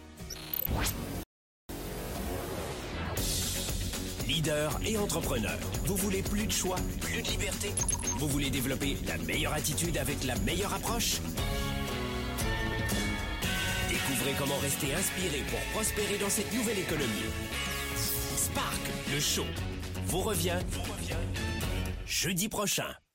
Leader et entrepreneur, vous voulez plus de choix, plus de liberté? Vous voulez développer la meilleure attitude avec la meilleure approche? Découvrez comment rester inspiré pour prospérer dans cette nouvelle économie. Spark, le show, vous revient, vous revient jeudi prochain.